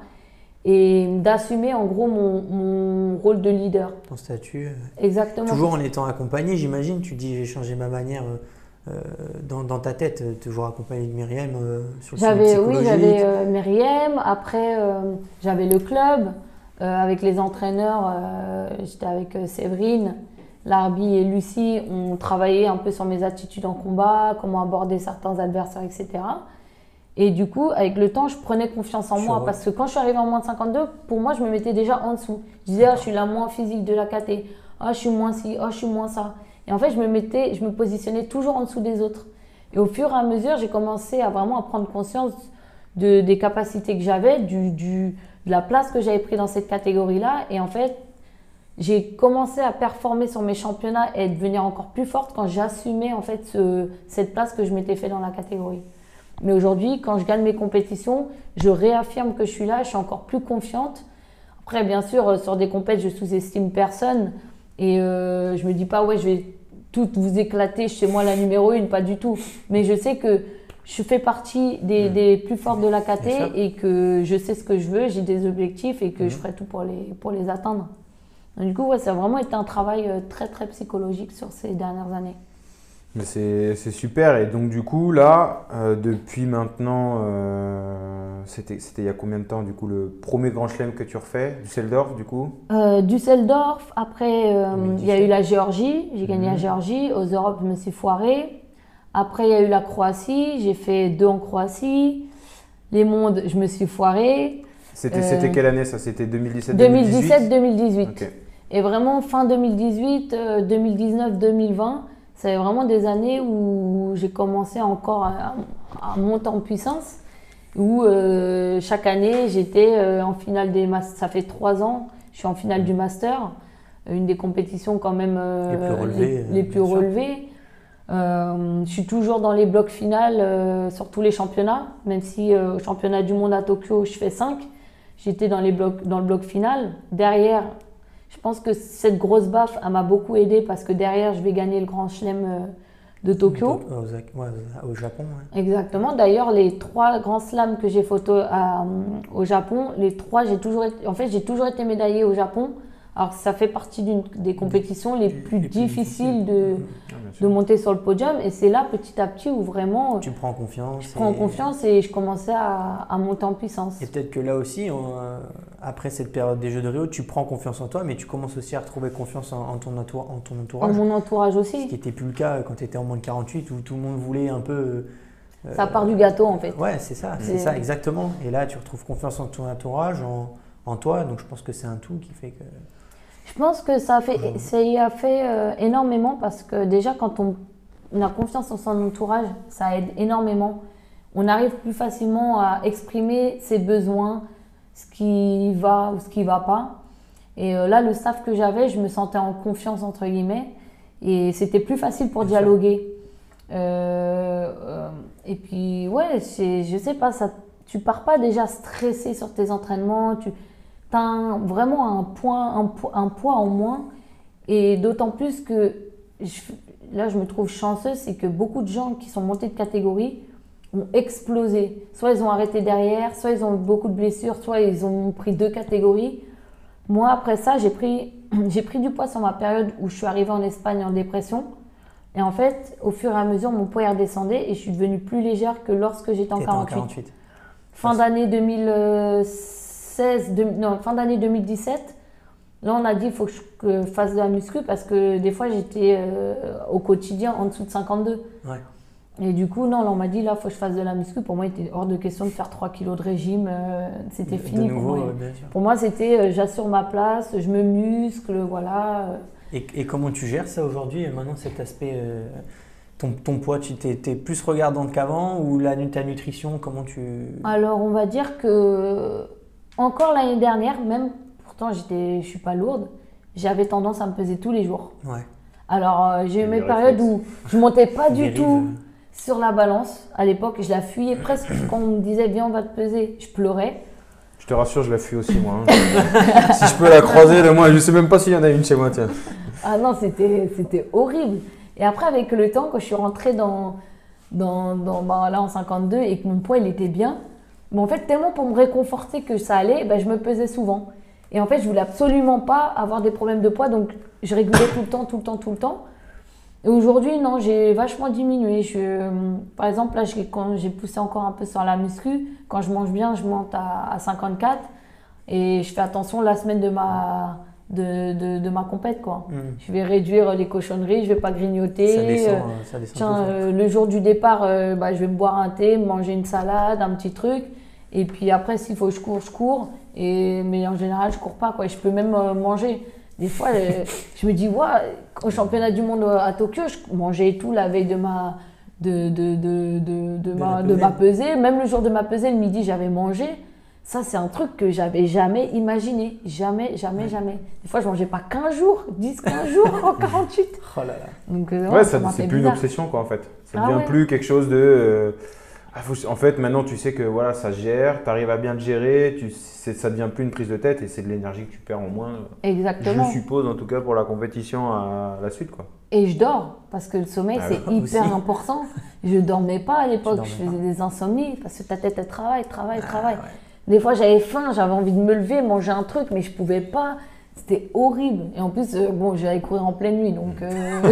et d'assumer en gros mon, mon rôle de leader. Ton statut. euh, Exactement. Toujours en étant accompagné, j'imagine. Tu dis j'ai changé ma manière euh, euh, dans, dans ta tête, euh, toujours accompagné de Myriam euh, sur le suivi J'avais, oui, psychologique. j'avais euh, Myriam. Après, euh, j'avais le club euh, avec les entraîneurs. euh, j'étais avec euh, Séverine, Larbi et Lucie. On travaillait un peu sur mes attitudes en combat, comment aborder certains adversaires, et cetera. Et du coup, avec le temps, je prenais confiance en Sur- moi parce que quand je suis arrivée en moins de cinquante-deux, pour moi, je me mettais déjà en dessous. Je disais, ah, je suis la moins physique de la caté. Ah, je suis moins ci, ah, je suis moins ça. Et en fait, je me mettais, je me positionnais toujours en dessous des autres. Et au fur et à mesure, j'ai commencé à vraiment à prendre conscience de, des capacités que j'avais, du, du, de la place que j'avais pris dans cette catégorie-là. Et en fait, j'ai commencé à performer sur mes championnats et devenir encore plus forte quand j'assumais en fait ce- cette place que je m'étais fait dans la catégorie. Mais aujourd'hui, quand je gagne mes compétitions, je réaffirme que je suis là, je suis encore plus confiante. Après, bien sûr, sur des compétitions, je sous-estime personne et euh, je me dis pas, ouais, je vais tout vous éclater chez moi la numéro une, pas du tout. Mais je sais que je fais partie des, Mmh. des plus fortes de la Bien caté sûr. et que je sais ce que je veux, j'ai des objectifs et que Mmh. je ferai tout pour les, pour les atteindre. Donc, du coup, ouais, ça a vraiment été un travail euh, très, très psychologique sur ces dernières années. Mais c'est c'est super. Et donc, du coup, là, euh, depuis maintenant, euh, c'était c'était il y a combien de temps, du coup, le premier Grand Chelem que tu refais, Düsseldorf, du coup? Euh, Düsseldorf, après euh, il y a eu la Géorgie, j'ai gagné Mhm. la Géorgie, aux Europes je me suis foirée. Après il y a eu la Croatie, j'ai fait deux en Croatie. Les mondes, je me suis foirée. C'était Euh, c'était quelle année ça? C'était deux mille dix-sept deux mille dix-sept deux mille dix-huit. Ok. Et vraiment fin deux mille dix-huit, euh, deux mille dix-neuf, deux mille vingt, c'est vraiment des années où j'ai commencé encore à, à monter en puissance. Où euh, chaque année j'étais euh, en finale des masters. Ça fait trois ans, je suis en finale du master, une des compétitions quand même euh, Les plus relevées, les, euh, les bien plus sûr. relevées. Euh, je suis toujours dans les blocs finales euh, sur tous les championnats, même si euh, au championnat du monde à Tokyo je fais cinq. J'étais dans, les blocs, dans le bloc final. Derrière, Je pense que cette grosse baffe, elle m'a beaucoup aidée parce que derrière, je vais gagner le Grand Chelem euh, de Tokyo. Au, au- ouais, au Japon, ouais. Exactement. D'ailleurs, les trois grands slams que j'ai photo à, euh, au Japon, les trois, j'ai toujours été, en fait, j'ai toujours été médaillée au Japon. Alors, ça fait partie d'une des compétitions les plus Les plus difficiles difficiles. de, Ah, bien de sûr. monter sur le podium. Et c'est là, petit à petit, où vraiment, Tu prends confiance. je prends en et- confiance et je commençais à, à monter en puissance. Et peut-être que là aussi, on, euh, après cette période des Jeux de Rio, tu prends confiance en toi, mais tu commences aussi à retrouver confiance en, en ton, entour- en ton En entourage. mon entourage Ce aussi. qui n'était plus le cas quand tu étais en moins de quarante-huit, où tout le monde voulait un peu. euh, Ça part du gâteau, en fait. Ouais, c'est ça, c'est C'est- ça, exactement. Et là, tu retrouves confiance en ton entourage, en, en toi, donc je pense que c'est un tout qui fait que. Je pense que ça a fait, ça y a fait euh, énormément parce que déjà, quand on, on a confiance en son entourage, ça aide énormément. On arrive plus facilement à exprimer ses besoins, ce qui va ou ce qui ne va pas. Et euh, là, le staff que j'avais, je me sentais en confiance, entre guillemets, et c'était plus facile pour Bien sûr. dialoguer. Euh, euh, et puis, ouais, c'est- je sais pas, ça, tu pars pas déjà stressé sur tes entraînements, tu as vraiment un, point, un, po- un poids en moins. Et d'autant plus que je- là, je me trouve chanceuse, c'est que beaucoup de gens qui sont montés de catégorie ont explosé. Soit ils ont arrêté derrière, soit ils ont eu beaucoup de blessures, soit ils ont pris deux catégories. Moi, après ça, j'ai pris, j'ai pris du poids sur ma période où je suis arrivée en Espagne en dépression. Et en fait, au fur et à mesure, mon poids redescendait et je suis devenue plus légère que lorsque j'étais en T'étais en quarante-huit. quarante-huit. Fin d'année deux mille seize, deux- non, fin d'année deux mille dix-sept, là on a dit il faut que je que je fasse de la muscu parce que des fois j'étais euh, au quotidien en dessous de cinquante-deux. Ouais. Et du coup, non, là on m'a dit là il faut que je fasse de la muscu. Pour moi, il était hors de question de faire trois kilos de régime. euh, c'était De- fini de nouveau, pour moi. euh, bien sûr. Pour moi, c'était euh, j'assure ma place, je me muscle, voilà. euh. Et, et comment tu gères ça aujourd'hui, euh, maintenant, cet aspect, euh, ton, ton poids, tu t'es, t'es plus regardante qu'avant ou la, nu- ta nutrition, comment tu... Alors, on va dire que encore l'année dernière, même pourtant j'étais, je suis pas lourde, j'avais tendance à me peser tous les jours. Ouais. Alors, euh, j'ai eu Et mes les périodes où je montais pas du Dérive, tout euh. sur la balance. À l'époque, je la fuyais presque. Quand on me disait viens, on va te peser, je pleurais. Je te rassure, je la fuis aussi, moi. hein. Si je peux la croiser, de moi, je sais même pas s'il y en a une chez moi, tiens. Ah non, c'était, c'était horrible. Et après, avec le temps, quand je suis rentrée dans, dans, dans bah, là en cinquante-deux et que mon poids il était bien, mais en fait, tellement pour me réconforter que ça allait, bah, je me pesais souvent. Et en fait, je voulais absolument pas avoir des problèmes de poids, donc je régulais tout le temps, tout le temps, tout le temps. Et aujourd'hui, non, j'ai vachement diminué. Je, par exemple, là, j'ai, quand j'ai poussé encore un peu sur la muscu, quand je mange bien, je monte à, à cinquante-quatre et je fais attention la semaine de ma, de, de, de ma compète, quoi. Mm. Je vais réduire les cochonneries, je vais pas grignoter. Ça descend, euh, euh, ça descend Tiens, tout seul. euh, le jour du départ, euh, bah, je vais me boire un thé, manger une salade, un petit truc. Et puis après, s'il faut que je cours, je cours. Et, mais en général, je cours pas, quoi. Et je peux même euh, manger. Des fois, euh, je me dis, ouais, au championnat du monde à Tokyo, je mangeais et tout la veille de ma, de, de, de, de, de De ma, la de ma pesée. pesée. Même le jour de ma pesée, le midi, j'avais mangé. Ça, c'est un truc que j'avais jamais imaginé. Jamais, jamais, jamais. Des fois, je mangeais pas quinze jours, dix, quinze jours en quarante-huit. Oh là là. Donc, euh, Ouais, ça ça, m'a c'est fait plus une bizarre. obsession, quoi, en fait. Ça Ah devient ouais. plus quelque chose de. euh, ah, faut- en fait, maintenant, tu sais que voilà, ça se gère, tu arrives à bien te gérer, tu, c'est- ça devient plus une prise de tête et c'est de l'énergie que tu perds en moins. Exactement. Je suppose, en tout cas, pour la compétition à la suite, quoi. Et je dors, parce que le sommeil, Ah c'est oui, hyper aussi. important. Je dormais pas à l'époque, dormais je faisais pas. des insomnies, parce que ta tête, elle travaille, travaille, travaille. Ah, ouais. Des fois, j'avais faim, j'avais envie de me lever, manger un truc, mais je pouvais pas. C'était horrible. Et en plus, euh, bon, j'allais courir en pleine nuit, donc... euh,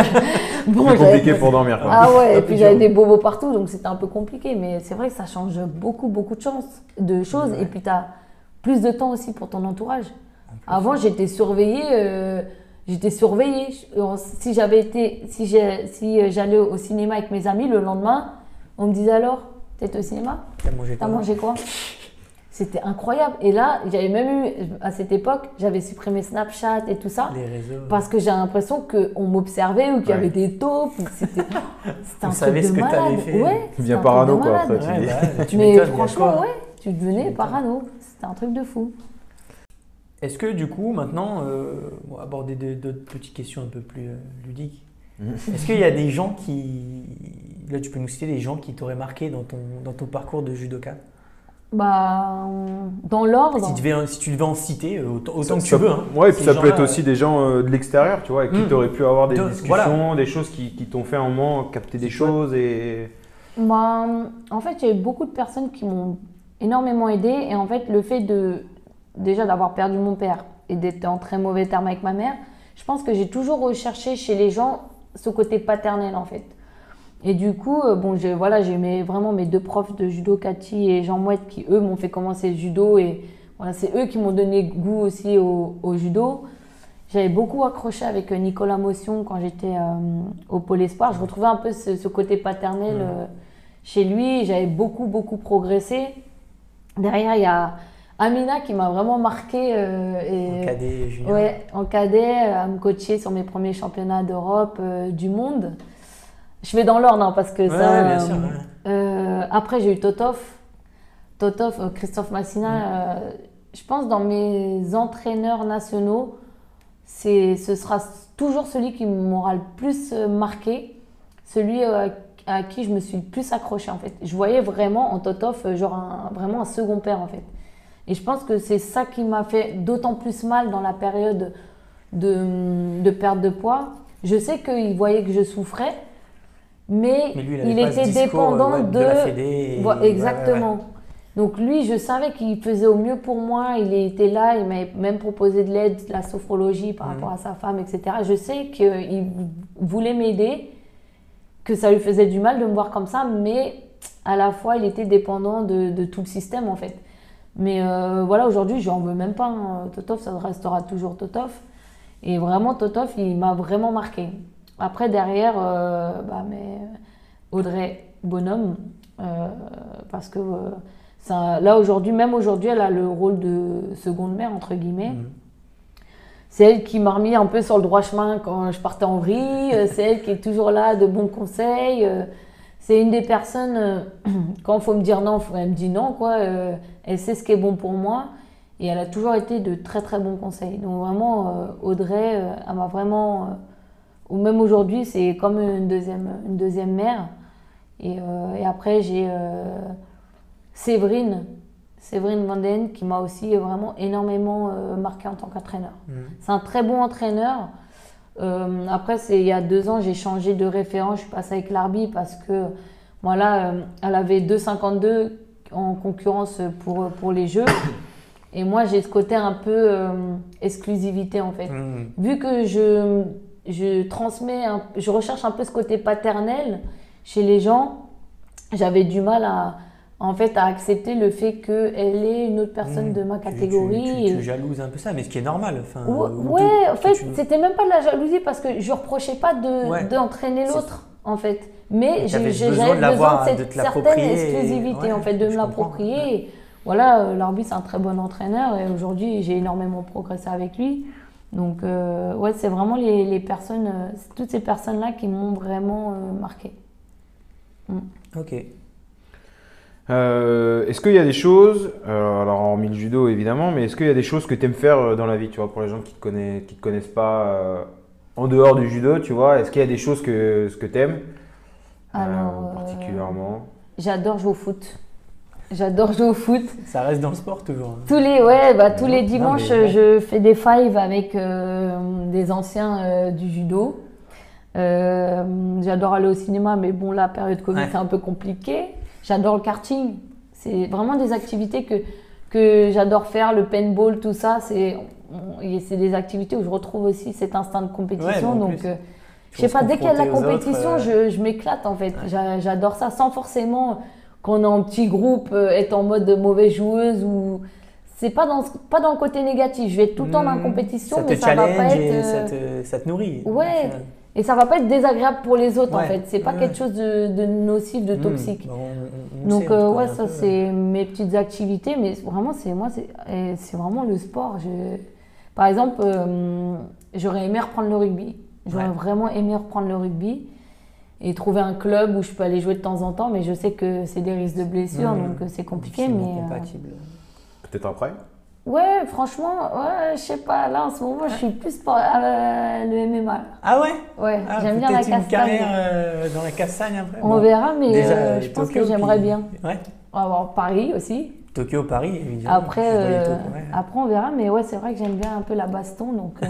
bon, Plus j'avais- compliqué pour dormir, quoi. Ah ouais, et Ah, puis puis j'avais genre- des bobos partout, donc c'était un peu compliqué. Mais c'est vrai que ça change beaucoup, beaucoup de, chance, de choses. Ouais. Et puis tu as plus de temps aussi pour ton entourage. Avant, j'étais surveillée. euh, j'étais surveillée. Je- euh, Si j'avais été, si j'ai- si euh, j'allais au cinéma avec mes amis, le lendemain, on me disait alors, t'es au cinéma? T'as mangé T'as quoi? mangé quoi? C'était incroyable. Et là, j'avais même eu, à cette époque, j'avais supprimé Snapchat et tout ça. Les réseaux. Parce que j'ai l'impression qu'on m'observait ou qu'il y Ouais. avait des taupes. ou que C'était c'était un On truc savait de ce que malade. t'avais fait. Ouais, Tu c'était deviens un parano, truc de quoi, malade. après. Ouais, bah, tu Mais m'étonnes, il y a franchement, quoi. ouais, tu devenais m'étonnes. parano. C'était un truc de fou. Est-ce que du coup, maintenant, euh, on va aborder de- d'autres petites questions un peu plus euh, ludiques. Est-ce qu'il y a des gens qui... Là, tu peux nous citer des gens qui t'auraient marqué dans ton, dans ton parcours de judoka? Bah, dans l'ordre. Si tu, devais, si tu devais en citer, euh, autant, autant Ça- que tu ça- veux. Hein. Ouais, et puis Ces ça peut être gens-là, aussi des gens euh, de l'extérieur, tu vois, avec qui Mm. tu aurais pu avoir des De- discussions, voilà. des choses qui, qui t'ont fait un moment capter des C'est chouette. choses et. Bah, en fait, il y a eu beaucoup de personnes qui m'ont énormément aidée. Et en fait, le fait de déjà d'avoir perdu mon père et d'être en très mauvais termes avec ma mère, je pense que j'ai toujours recherché chez les gens ce côté paternel en fait. Et du coup, euh, bon, j'ai voilà, j'ai mes- vraiment mes deux profs de judo, Cathy et Jean Mouette, qui eux m'ont fait commencer le judo. Et voilà, c'est eux qui m'ont donné goût aussi au, au judo. J'avais beaucoup accroché avec euh, Nicolas Motion quand j'étais euh, au Pôle Espoir. Je retrouvais un peu ce, ce côté paternel euh, chez lui. J'avais beaucoup, beaucoup progressé. Derrière, il y a Amina qui m'a vraiment marqué. euh, et, En cadet junior. Ouais, en cadet, euh, à me coacher sur mes premiers championnats d'Europe, euh, du monde. Je vais dans l'ordre hein, parce que Ouais, ça. bien euh, sûr, ouais. euh, après, j'ai eu Totov. Totov, euh, Christophe Massina. euh, je pense dans mes entraîneurs nationaux, c'est, ce sera toujours celui qui m'aura le plus euh, marqué, celui euh, à qui je me suis le plus accrochée en fait. Je voyais vraiment en Totov euh, genre un- vraiment un second père en fait. Et je pense que c'est ça qui m'a fait d'autant plus mal dans la période de, de perte de poids. Je sais qu'il voyait que je souffrais, mais, Mais lui, il, avait il pas ce était discours, dépendant euh, ouais, de... de la fédé. et- Voilà, ouais, ouais, exactement. ouais. Donc lui, je savais qu'il faisait au mieux pour moi, il était là, il m'avait même proposé de l'aide, de la sophrologie par Mhm. rapport à sa femme, et cetera. Je sais qu'il voulait m'aider, que ça lui faisait du mal de me voir comme ça, mais à la fois, il était dépendant de, de tout le système en fait. Mais euh, voilà, aujourd'hui, je n'en veux même pas. hein. Totov, ça restera toujours Totov. Et vraiment, Totov, il m'a vraiment marqué. Après, derrière, euh, bah, mais Audrey Bonhomme, euh, parce que euh, ça, là, aujourd'hui, même aujourd'hui, elle a le rôle de seconde mère, entre guillemets. Mhm. C'est elle qui m'a remis un peu sur le droit chemin quand je partais en vrille. Euh, C'est elle qui est toujours là, de bons conseils. Euh, C'est une des personnes, euh, quand il faut me dire non, elle me dit non, quoi. Euh, elle sait ce qui est bon pour moi. Et elle a toujours été de très, très bons conseils. Donc vraiment, euh, Audrey, euh, elle m'a vraiment... euh, ou même aujourd'hui, c'est comme une deuxième, une deuxième mère. Et, euh, et après, j'ai euh, Séverine, Séverine Van Den, qui m'a aussi vraiment énormément euh, marqué en tant qu'entraîneur. Mhm. C'est un très bon entraîneur. Euh, après, c'est, il y a deux ans, j'ai changé de référent. Je suis passée avec l'Arbi parce que voilà, euh, elle avait deux cinquante-deux en concurrence pour, pour les Jeux. Et moi, j'ai ce côté un peu euh, exclusivité en fait. Mhm. Vu que je, je transmets, un- je recherche un peu ce côté paternel chez les gens, j'avais du mal à, en fait, à accepter le fait qu'elle est une autre personne Mhm. de ma Tu- tu- catégorie. Tu, et- tu jalouses un peu ça, mais ce qui est normal. Enfin, Ouais, euh, ou ouais, te- en que fait, tu- c'était même pas de la jalousie parce que je reprochais pas de, Ouais. d'entraîner C'est- l'autre, en fait. Mais Mais j'ai- t'avais j'ai- besoin j'avais de l'avoir, besoin de de cette te certaine l'approprier et- exclusivité, ouais, en fait, de me je comprends. l'approprier. Et voilà, euh, l'arbitre, c'est un très bon entraîneur et aujourd'hui, j'ai énormément progressé avec lui. Donc, euh, ouais, c'est vraiment les, les personnes, euh, c'est toutes ces personnes-là qui m'ont vraiment euh, marqué. Ok. Euh, est-ce qu'il y a des choses, euh, alors hormis le judo évidemment, mais est-ce qu'il y a des choses que tu aimes faire euh, dans la vie, tu vois, pour les gens qui ne te connaissent, qui te connaissent pas euh, en dehors du judo, tu vois, est-ce qu'il y a des choses que, ce que tu aimes Alors, euh, particulièrement? J'adore jouer au foot. J'adore jouer au foot. Ça reste dans le sport toujours. hein. Tous les, ouais, bah, tous les Non, dimanches, mais ouais. je fais des fives avec euh, des anciens euh, du judo. Euh, j'adore aller au cinéma, mais bon, la période Covid, Ouais. c'est un peu compliqué. J'adore le karting. C'est vraiment des activités que, que j'adore faire, le paintball, tout ça. C'est et c'est des activités où je retrouve aussi cet instinct de compétition. Ouais, mais en donc, plus, euh, Tu je sais vas pas, se dès qu'il y a de la confronter aux compétition, autres, euh, je, je m'éclate en fait. J'a- J'adore ça sans forcément qu'on est en petit groupe, euh, être en mode mauvaise joueuse ou. C'est pas dans, pas dans le côté négatif. Je vais être tout le temps dans la hmm, compétition, ça mais te ça va pas challenge être. et euh, ça te, ça te nourrit. au Ouais. final. Et ça va pas être désagréable pour les autres en Ouais, fait. C'est pas ouais, quelque chose de, de nocif, de Hmm, toxique. bah, on- on- on le Donc sait, on euh, te ouais, connaît un ça peu. c'est mes petites activités, mais vraiment c'est moi c'est euh, c'est vraiment le sport. Je... Par exemple, euh, j'aurais aimé reprendre le rugby. J'aurais Ouais. vraiment aimé reprendre le rugby et trouver un club où je peux aller jouer de temps en temps, mais je sais que c'est des risques de blessure, Hmm. donc euh, c'est compliqué. Difficilement Mais euh, compatible. Peut-être après? ouais, franchement, ouais, je sais pas. Là en ce moment, je suis plus pour euh, le M M A. Ah ouais. Ouais, Ah, j'aime bien la peut-être une castagne. carrière euh, dans la castagne après. On Bon. verra, mais Déjà, euh, je pense Tokyo, que j'aimerais puis- bien. Ouais. On va voir Paris aussi. Tokyo, Paris, évidemment. Après, Je voyais euh, Tokyo, ouais. après, on verra. Mais ouais, c'est vrai que j'aime bien un peu la baston. Donc, euh,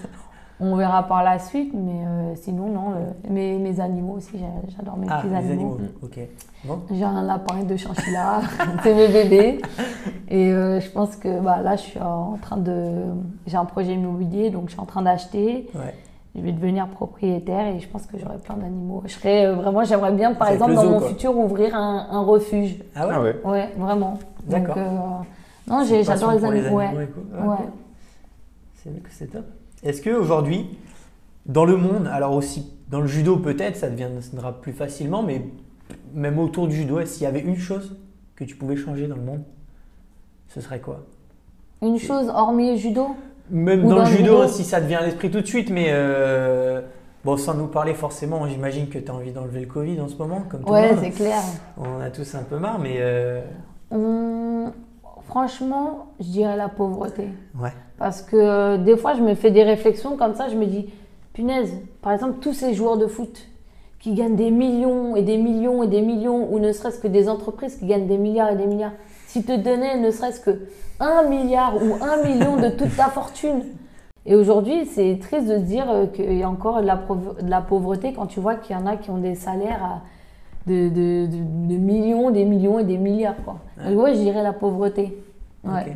on verra par la suite. Mais euh, sinon, non. euh, mes, mes animaux aussi, j'a- j'adore mes Ah, petits les animaux. animaux, ok. Bon. J'ai un lapin et deux chinchillas. C'est mes bébés. Et euh, je pense que bah, là, je suis en train de. J'ai un projet immobilier, donc je suis en train d'acheter. Ouais. Je vais devenir propriétaire et je pense que j'aurai plein d'animaux. Je serais euh, vraiment, j'aimerais bien, par C'est exemple, le dans zoo, mon quoi. futur, ouvrir un, un refuge. Ah ouais, Ah ouais. Ouais, vraiment. D'accord. Donc, euh, non, C'est j'ai- une j'adore passion les pour animaux. Ouais. et tout. Ah, Ouais. cool. C'est vrai que c'est top. Est-ce qu'aujourd'hui, dans le monde, alors aussi dans le judo peut-être, ça deviendra plus facilement, mais même autour du judo, s'il y avait une chose que tu pouvais changer dans le monde, ce serait quoi? Une chose, hormis judo, Même Ou dans, dans le le judo, judo. hein, si ça te vient à l'esprit tout de suite, mais euh, bon, sans nous parler forcément, j'imagine que tu as envie d'enlever le Covid en ce moment, comme tout le ouais, monde. c'est clair. On a tous un peu marre, mais euh, Hum, franchement, je dirais la pauvreté. ouais. Parce que euh, des fois, je me fais des réflexions comme ça, je me dis, punaise, par exemple, tous ces joueurs de foot qui gagnent des millions et des millions et des millions, ou ne serait-ce que des entreprises qui gagnent des milliards et des milliards, si te donnaient ne serait-ce que un milliard ou un million de toute ta fortune. Et aujourd'hui, c'est triste de se dire euh, qu'il y a encore de la, pauv- de la pauvreté quand tu vois qu'il y en a qui ont des salaires à- de, de- de- de millions, des millions et des milliards, quoi. Ouais. Donc ouais, je dirais la pauvreté. Ouais. Ok.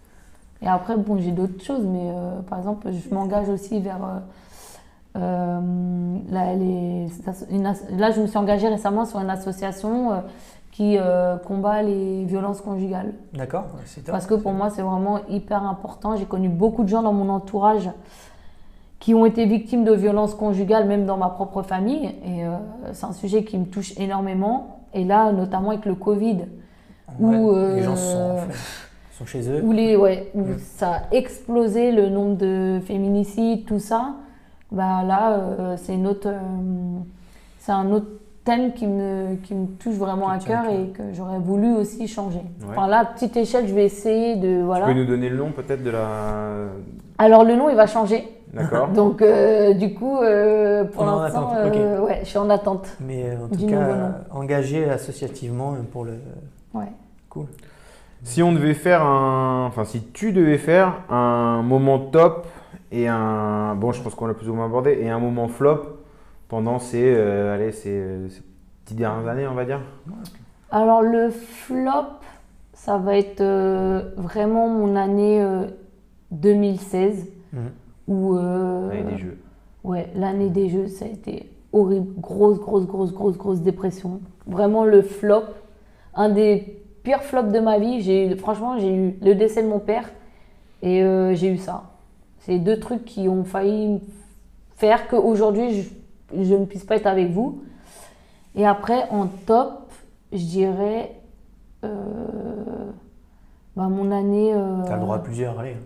Et après, bon, j'ai d'autres choses, mais euh, par exemple, je m'engage aussi vers. euh, euh, la- les- une as- là, je me suis engagée récemment sur une association euh, qui euh, combat les violences conjugales. D'accord, ouais, c'est top. Parce que pour moi, c'est vraiment hyper important. J'ai connu beaucoup de gens dans mon entourage qui ont été victimes de violences conjugales, même dans ma propre famille. Et euh, c'est un sujet qui me touche énormément. Et là, notamment avec le Covid, Ouais, où, les gens euh, sont, en fait, sont chez eux. où, les, ouais, où Mm. ça a explosé le nombre de féminicides, tout ça, bah là, euh, c'est une autre, euh, c'est un autre thème qui me, qui me touche vraiment Qui à te tient à cœur cœur. et que j'aurais voulu aussi changer. Ouais. Enfin là, à petite échelle, je vais essayer de... Tu Voilà. peux nous donner le nom peut-être de la. Alors le nom, il va changer. D'accord. Donc euh, du coup, euh, pour On est en l'instant, attente, ok. euh, ouais, je suis en attente. Mais euh, en tout Du cas, nouveau nom. euh, engagé associativement euh, pour le. Ouais. Cool. Si on devait faire un. Enfin, si tu devais faire un moment top et un. Bon, je pense qu'on l'a plus ou moins abordé, et un moment flop pendant ces, euh, allez, ces, euh, ces dix dernières années, on va dire. Alors le flop, ça va être euh, vraiment mon année euh, deux mille seize. Mhm. Où, euh, L'année des jeux. Ouais, l'année des jeux, ça a été horrible. Grosse, grosse, grosse, grosse, grosse dépression. Vraiment le flop. Un des pires flops de ma vie. J'ai eu, franchement, j'ai eu le décès de mon père et euh, j'ai eu ça. C'est deux trucs qui ont failli faire qu'aujourd'hui, je, je ne puisse pas être avec vous. Et après, en top, je dirais euh, bah, mon année... euh, T'as le droit à plusieurs, allez.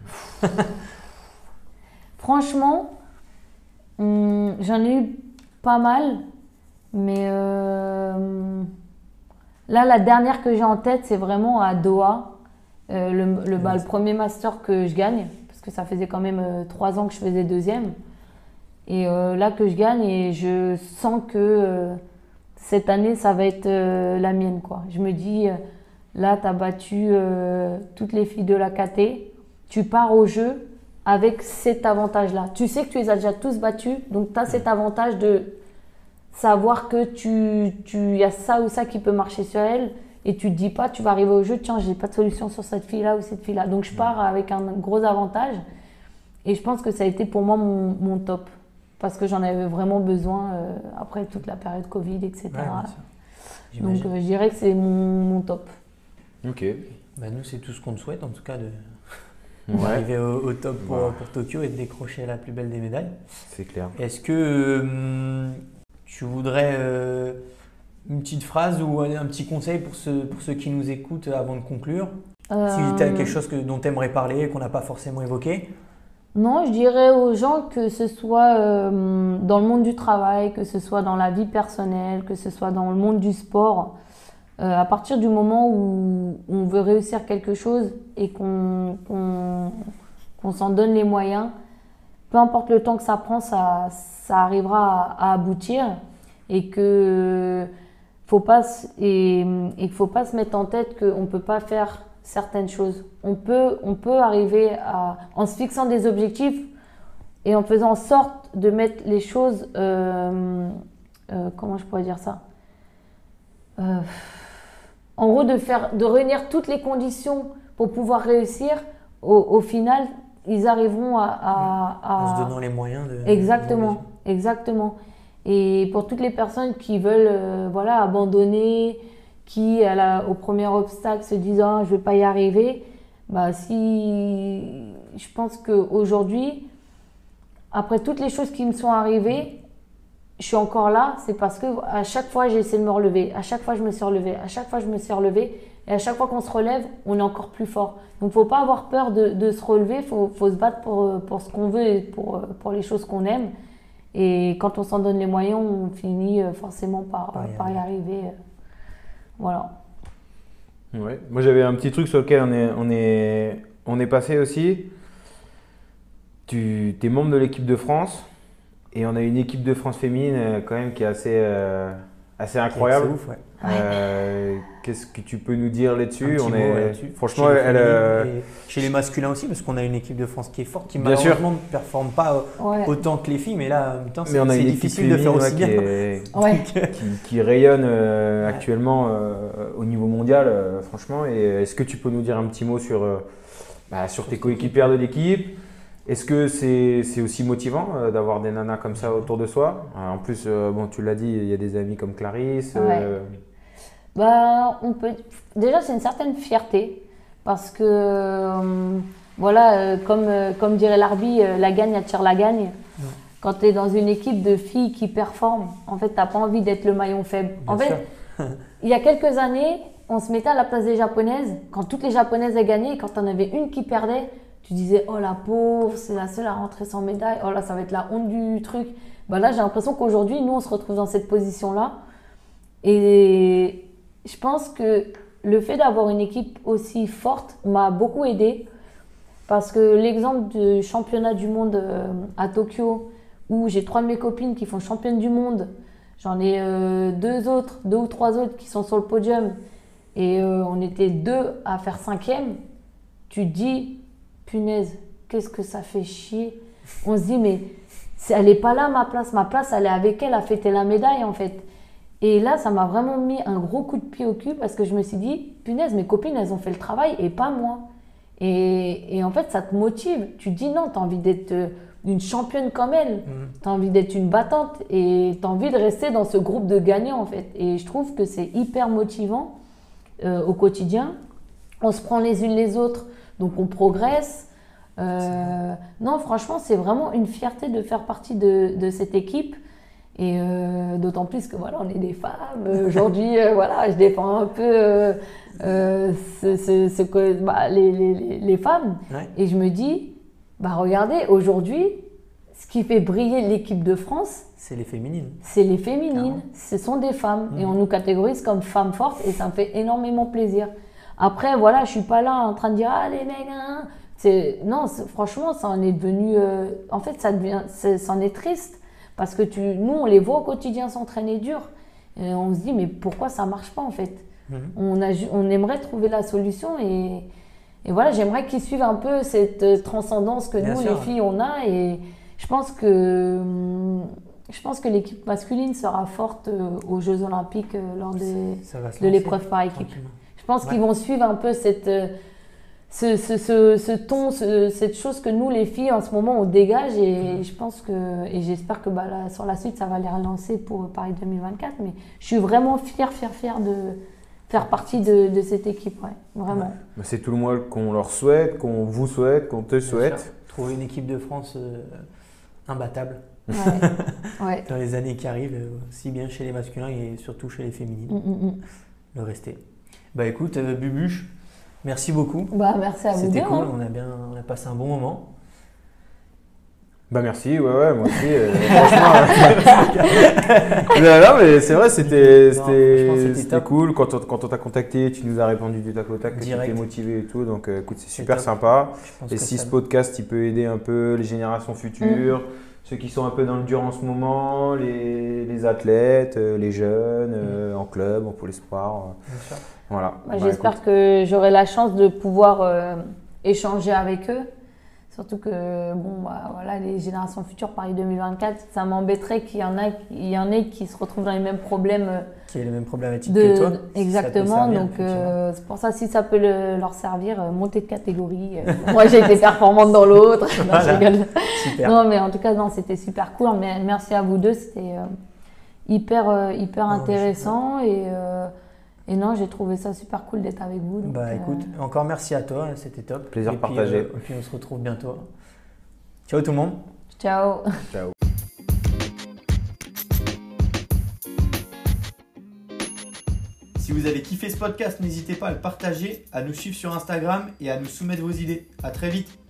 Franchement, hum, j'en ai eu pas mal, mais euh, là, la dernière que j'ai en tête, c'est vraiment à Doha, euh, le, le, bah, le premier master que je gagne, parce que ça faisait quand même euh, trois ans que je faisais deuxième. Et euh, là que je gagne, et je sens que euh, cette année, ça va être euh, la mienne, quoi. Je me dis, euh, là, tu as battu euh, toutes les filles de la K T, tu pars au jeu avec cet avantage-là. Tu sais que tu les as déjà tous battus, donc tu as cet avantage de savoir que tu, tu y a ça ou ça qui peut marcher sur elle, et tu te dis pas, tu vas arriver au jeu, tiens, j'ai pas de solution sur cette fille-là ou cette fille-là. Donc je pars avec un gros avantage, et je pense que ça a été pour moi mon, mon top, parce que j'en avais vraiment besoin euh, après toute la période Covid, et cetera. Ouais, bien sûr. Donc J'imagine. euh, je dirais que c'est mon, mon top. Ok. Bah, nous, c'est tout ce qu'on te souhaite, en tout cas, de Ouais, d'arriver au, au top pour, Voilà. pour Tokyo et de décrocher la plus belle des médailles. c'est clair. Est-ce que euh, tu voudrais euh, une petite phrase ou un, un petit conseil pour ceux, pour ceux qui nous écoutent avant de conclure? Si Euh, tu as quelque chose que, dont tu aimerais parler, qu'on n'a pas forcément évoqué. Non, je dirais aux gens que ce soit euh, dans le monde du travail, que ce soit dans la vie personnelle, que ce soit dans le monde du sport, euh, à partir du moment où on veut réussir quelque chose et qu'on qu'on, qu'on s'en donne les moyens, peu importe le temps que ça prend, ça, ça arrivera à, à aboutir, et que faut pas s- et il ne faut pas se mettre en tête qu'on ne peut pas faire certaines choses. On peut, on peut arriver à, en se fixant des objectifs et en faisant en sorte de mettre les choses, euh, euh, comment je pourrais dire ça? Euh, en gros, de faire, de réunir toutes les conditions pour pouvoir réussir. Au, au final, ils arriveront à, à- à- En se donnant les moyens de. Exactement, exactement. Et pour toutes les personnes qui veulent euh, voilà, abandonner, qui à la- au premier obstacle se disent ah, je ne vais pas y arriver, bah, si, je pense qu'aujourd'hui, après toutes les choses qui me sont arrivées, je suis encore là, c'est parce que à chaque fois j'ai essayé de me relever, à chaque fois je me suis relevée, à chaque fois je me suis relevée, et à chaque fois qu'on se relève, on est encore plus fort. Donc il ne faut pas avoir peur de, de se relever, il faut, faut se battre pour, pour ce qu'on veut et pour, pour les choses qu'on aime. Et quand on s'en donne les moyens, on finit forcément par, Par y par y arriver. Voilà. Ouais. Moi, j'avais un petit truc sur lequel on est, on est, on est passé aussi. Tu es membre de l'équipe de France et on a une équipe de France féminine euh, quand même qui est assez, euh, assez incroyable. C'est ouf, ouais. Euh, Qu'est-ce que tu peux nous dire Un là-dessus? petit On mot est, là-dessus. franchement, Chez les elle, féminines euh, et chez les masculins aussi, parce qu'on a une équipe de France qui est forte, qui Bien sûr. malheureusement ne performe pas Ouais. autant que les filles, mais là, en même temps, mais c'est on a c'est une équipe difficile de faire féminine, aussi ouais, bien. qui, est- Ouais. qui, qui rayonne euh, Ouais. actuellement euh, au niveau mondial, euh, franchement. Et est-ce que tu peux nous dire un petit mot sur, euh, bah, sur tes coéquipières de l'équipe? Est-ce que c'est c'est aussi motivant euh, d'avoir des nanas comme ça autour de soi? Euh, En plus, euh, bon, tu l'as dit, il y a des amis comme Clarisse. euh, Bah, on peut... Déjà, c'est une certaine fierté parce que, euh, voilà, euh, comme, euh, comme dirait l'arbitre, euh, la gagne attire la gagne. Quand tu es dans une équipe de filles qui performent, en fait, tu n'as pas envie d'être le maillon faible. Bien en fait, sûr. il y a quelques années, on se mettait à la place des Japonaises. Quand toutes les Japonaises avaient gagné, quand on avait une qui perdait, tu disais « Oh la pauvre, c'est la seule à rentrer sans médaille. Oh là, ça va être la honte du truc. » Bah là, j'ai l'impression qu'aujourd'hui, nous, on se retrouve dans cette position-là. Et je pense que le fait d'avoir une équipe aussi forte m'a beaucoup aidée. Parce que l'exemple du championnat du monde euh, à Tokyo, où j'ai trois de mes copines qui font championne du monde, j'en ai euh, deux autres, deux ou trois autres qui sont sur le podium, et euh, on était deux à faire cinquième, tu te dis, punaise, qu'est-ce que ça fait chier. On se dit, mais c'est- elle n'est pas là ma place, ma place elle est avec elle à fêter la médaille en fait. Et là, ça m'a vraiment mis un gros coup de pied au cul parce que je me suis dit, punaise, mes copines, elles ont fait le travail et pas moi. Et, et en fait, ça te motive. Tu te dis non, tu as envie d'être euh, une championne comme elle. Tu as envie d'être une battante et tu as envie de rester dans ce groupe de gagnants en fait. Et je trouve que c'est hyper motivant euh, au quotidien. On se prend les unes les autres, donc on progresse. Euh, non, franchement, c'est vraiment une fierté de faire partie de, de cette équipe. Et euh, d'autant plus que voilà, on est des femmes. Euh, Aujourd'hui, euh, voilà, je défends un peu euh, euh, ce, ce- ce que, bah, les, les- les femmes. Ouais. Et je me dis, bah, regardez, aujourd'hui, ce qui fait briller l'équipe de France, C'est les féminines. c'est les féminines. Carrément. Ce sont des femmes. Et Mhm. on nous catégorise comme femmes fortes et ça me fait énormément plaisir. Après, voilà, je suis pas là en train de dire, ah les mecs, hein. C'est- non, c'est- franchement, ça en est devenu. euh, en fait, ça devient, c'est- ça en est triste. Parce que tu, nous, on les voit au quotidien s'entraîner dur. Et on se dit, mais pourquoi ça marche pas en fait? Mhm. on, a, ju- on aimerait trouver la solution et, et voilà, j'aimerais qu'ils suivent un peu cette euh, transcendance que Bien nous, sûr. les filles, on a. Et je pense que, hum, je pense que l'équipe masculine sera forte euh, aux Jeux Olympiques euh, lors des, Ça va se de lancer l'épreuve par équipe. tranquillement. Je pense Ouais. qu'ils vont suivre un peu cette, euh, ce, ce, ce, ce ton, ce- cette chose que nous, les filles, en ce moment, on dégage. Et je pense que, et j'espère que bah, là, sur la suite, ça va les relancer pour Paris deux mille vingt-quatre. Mais je suis vraiment fière, fière, fière de faire partie de, de cette équipe. Ouais, vraiment. bah, c'est tout le moins qu'on leur souhaite, qu'on vous souhaite, qu'on te Bien sûr. souhaite. Trouver une équipe de France euh, imbattable Ouais. Ouais. dans les années qui arrivent, euh, aussi bien chez les masculins et surtout chez les féminines. Mm, mm, mm. Le rester. Bah écoute, euh, Bubuche, merci beaucoup. Bah, merci à vous C'était deux. cool, hein. on a bien, on a passé un bon moment. Bah merci, ouais, ouais, moi aussi. euh, franchement, euh, non, non, mais c'est vrai, c'était Non, franchement, c'était- c'était c'était top. cool. Quand on, quand on t'a contacté, tu nous as répondu du tac au tac, que tu Direct. étais motivé et tout. Donc euh, écoute, c'est C'est super top. sympa. Je pense Et que si ça- ce podcast il peut aider un peu les générations futures, ceux qui sont un peu dans le dur en ce moment, les, les athlètes, euh, les jeunes, euh, en club, en pôle espoir. Bien sûr. Voilà. Bah, Bah, j'espère écoute, que j'aurai la chance de pouvoir euh, échanger avec eux. Surtout que bon, bah, voilà, les générations futures, Paris deux mille vingt-quatre, ça m'embêterait qu'il y en a, il y en ait qui se retrouvent dans les mêmes problèmes. euh, Qui a les mêmes problématiques de, que toi. si ça peut exactement, servir, donc effectivement. euh, c'est pour ça, si ça peut le- leur servir, euh, monter de catégorie. euh, moi, j'ai été performante dans l'autre. Non, je Voilà. rigole. Super. Non, mais en tout cas, non, c'était super cool. Mais merci à vous deux, c'était euh, hyper, euh, hyper Non, mais intéressant et, euh, et non, j'ai trouvé ça super cool d'être avec vous. donc, Bah euh, écoute, encore merci à toi, c'était top. Plaisir et puis, partagé. euh, et puis on se retrouve bientôt. Ciao tout le monde. ciao. ciao. Si vous avez kiffé ce podcast, n'hésitez pas à le partager, à nous suivre sur Instagram et à nous soumettre vos idées. À très vite.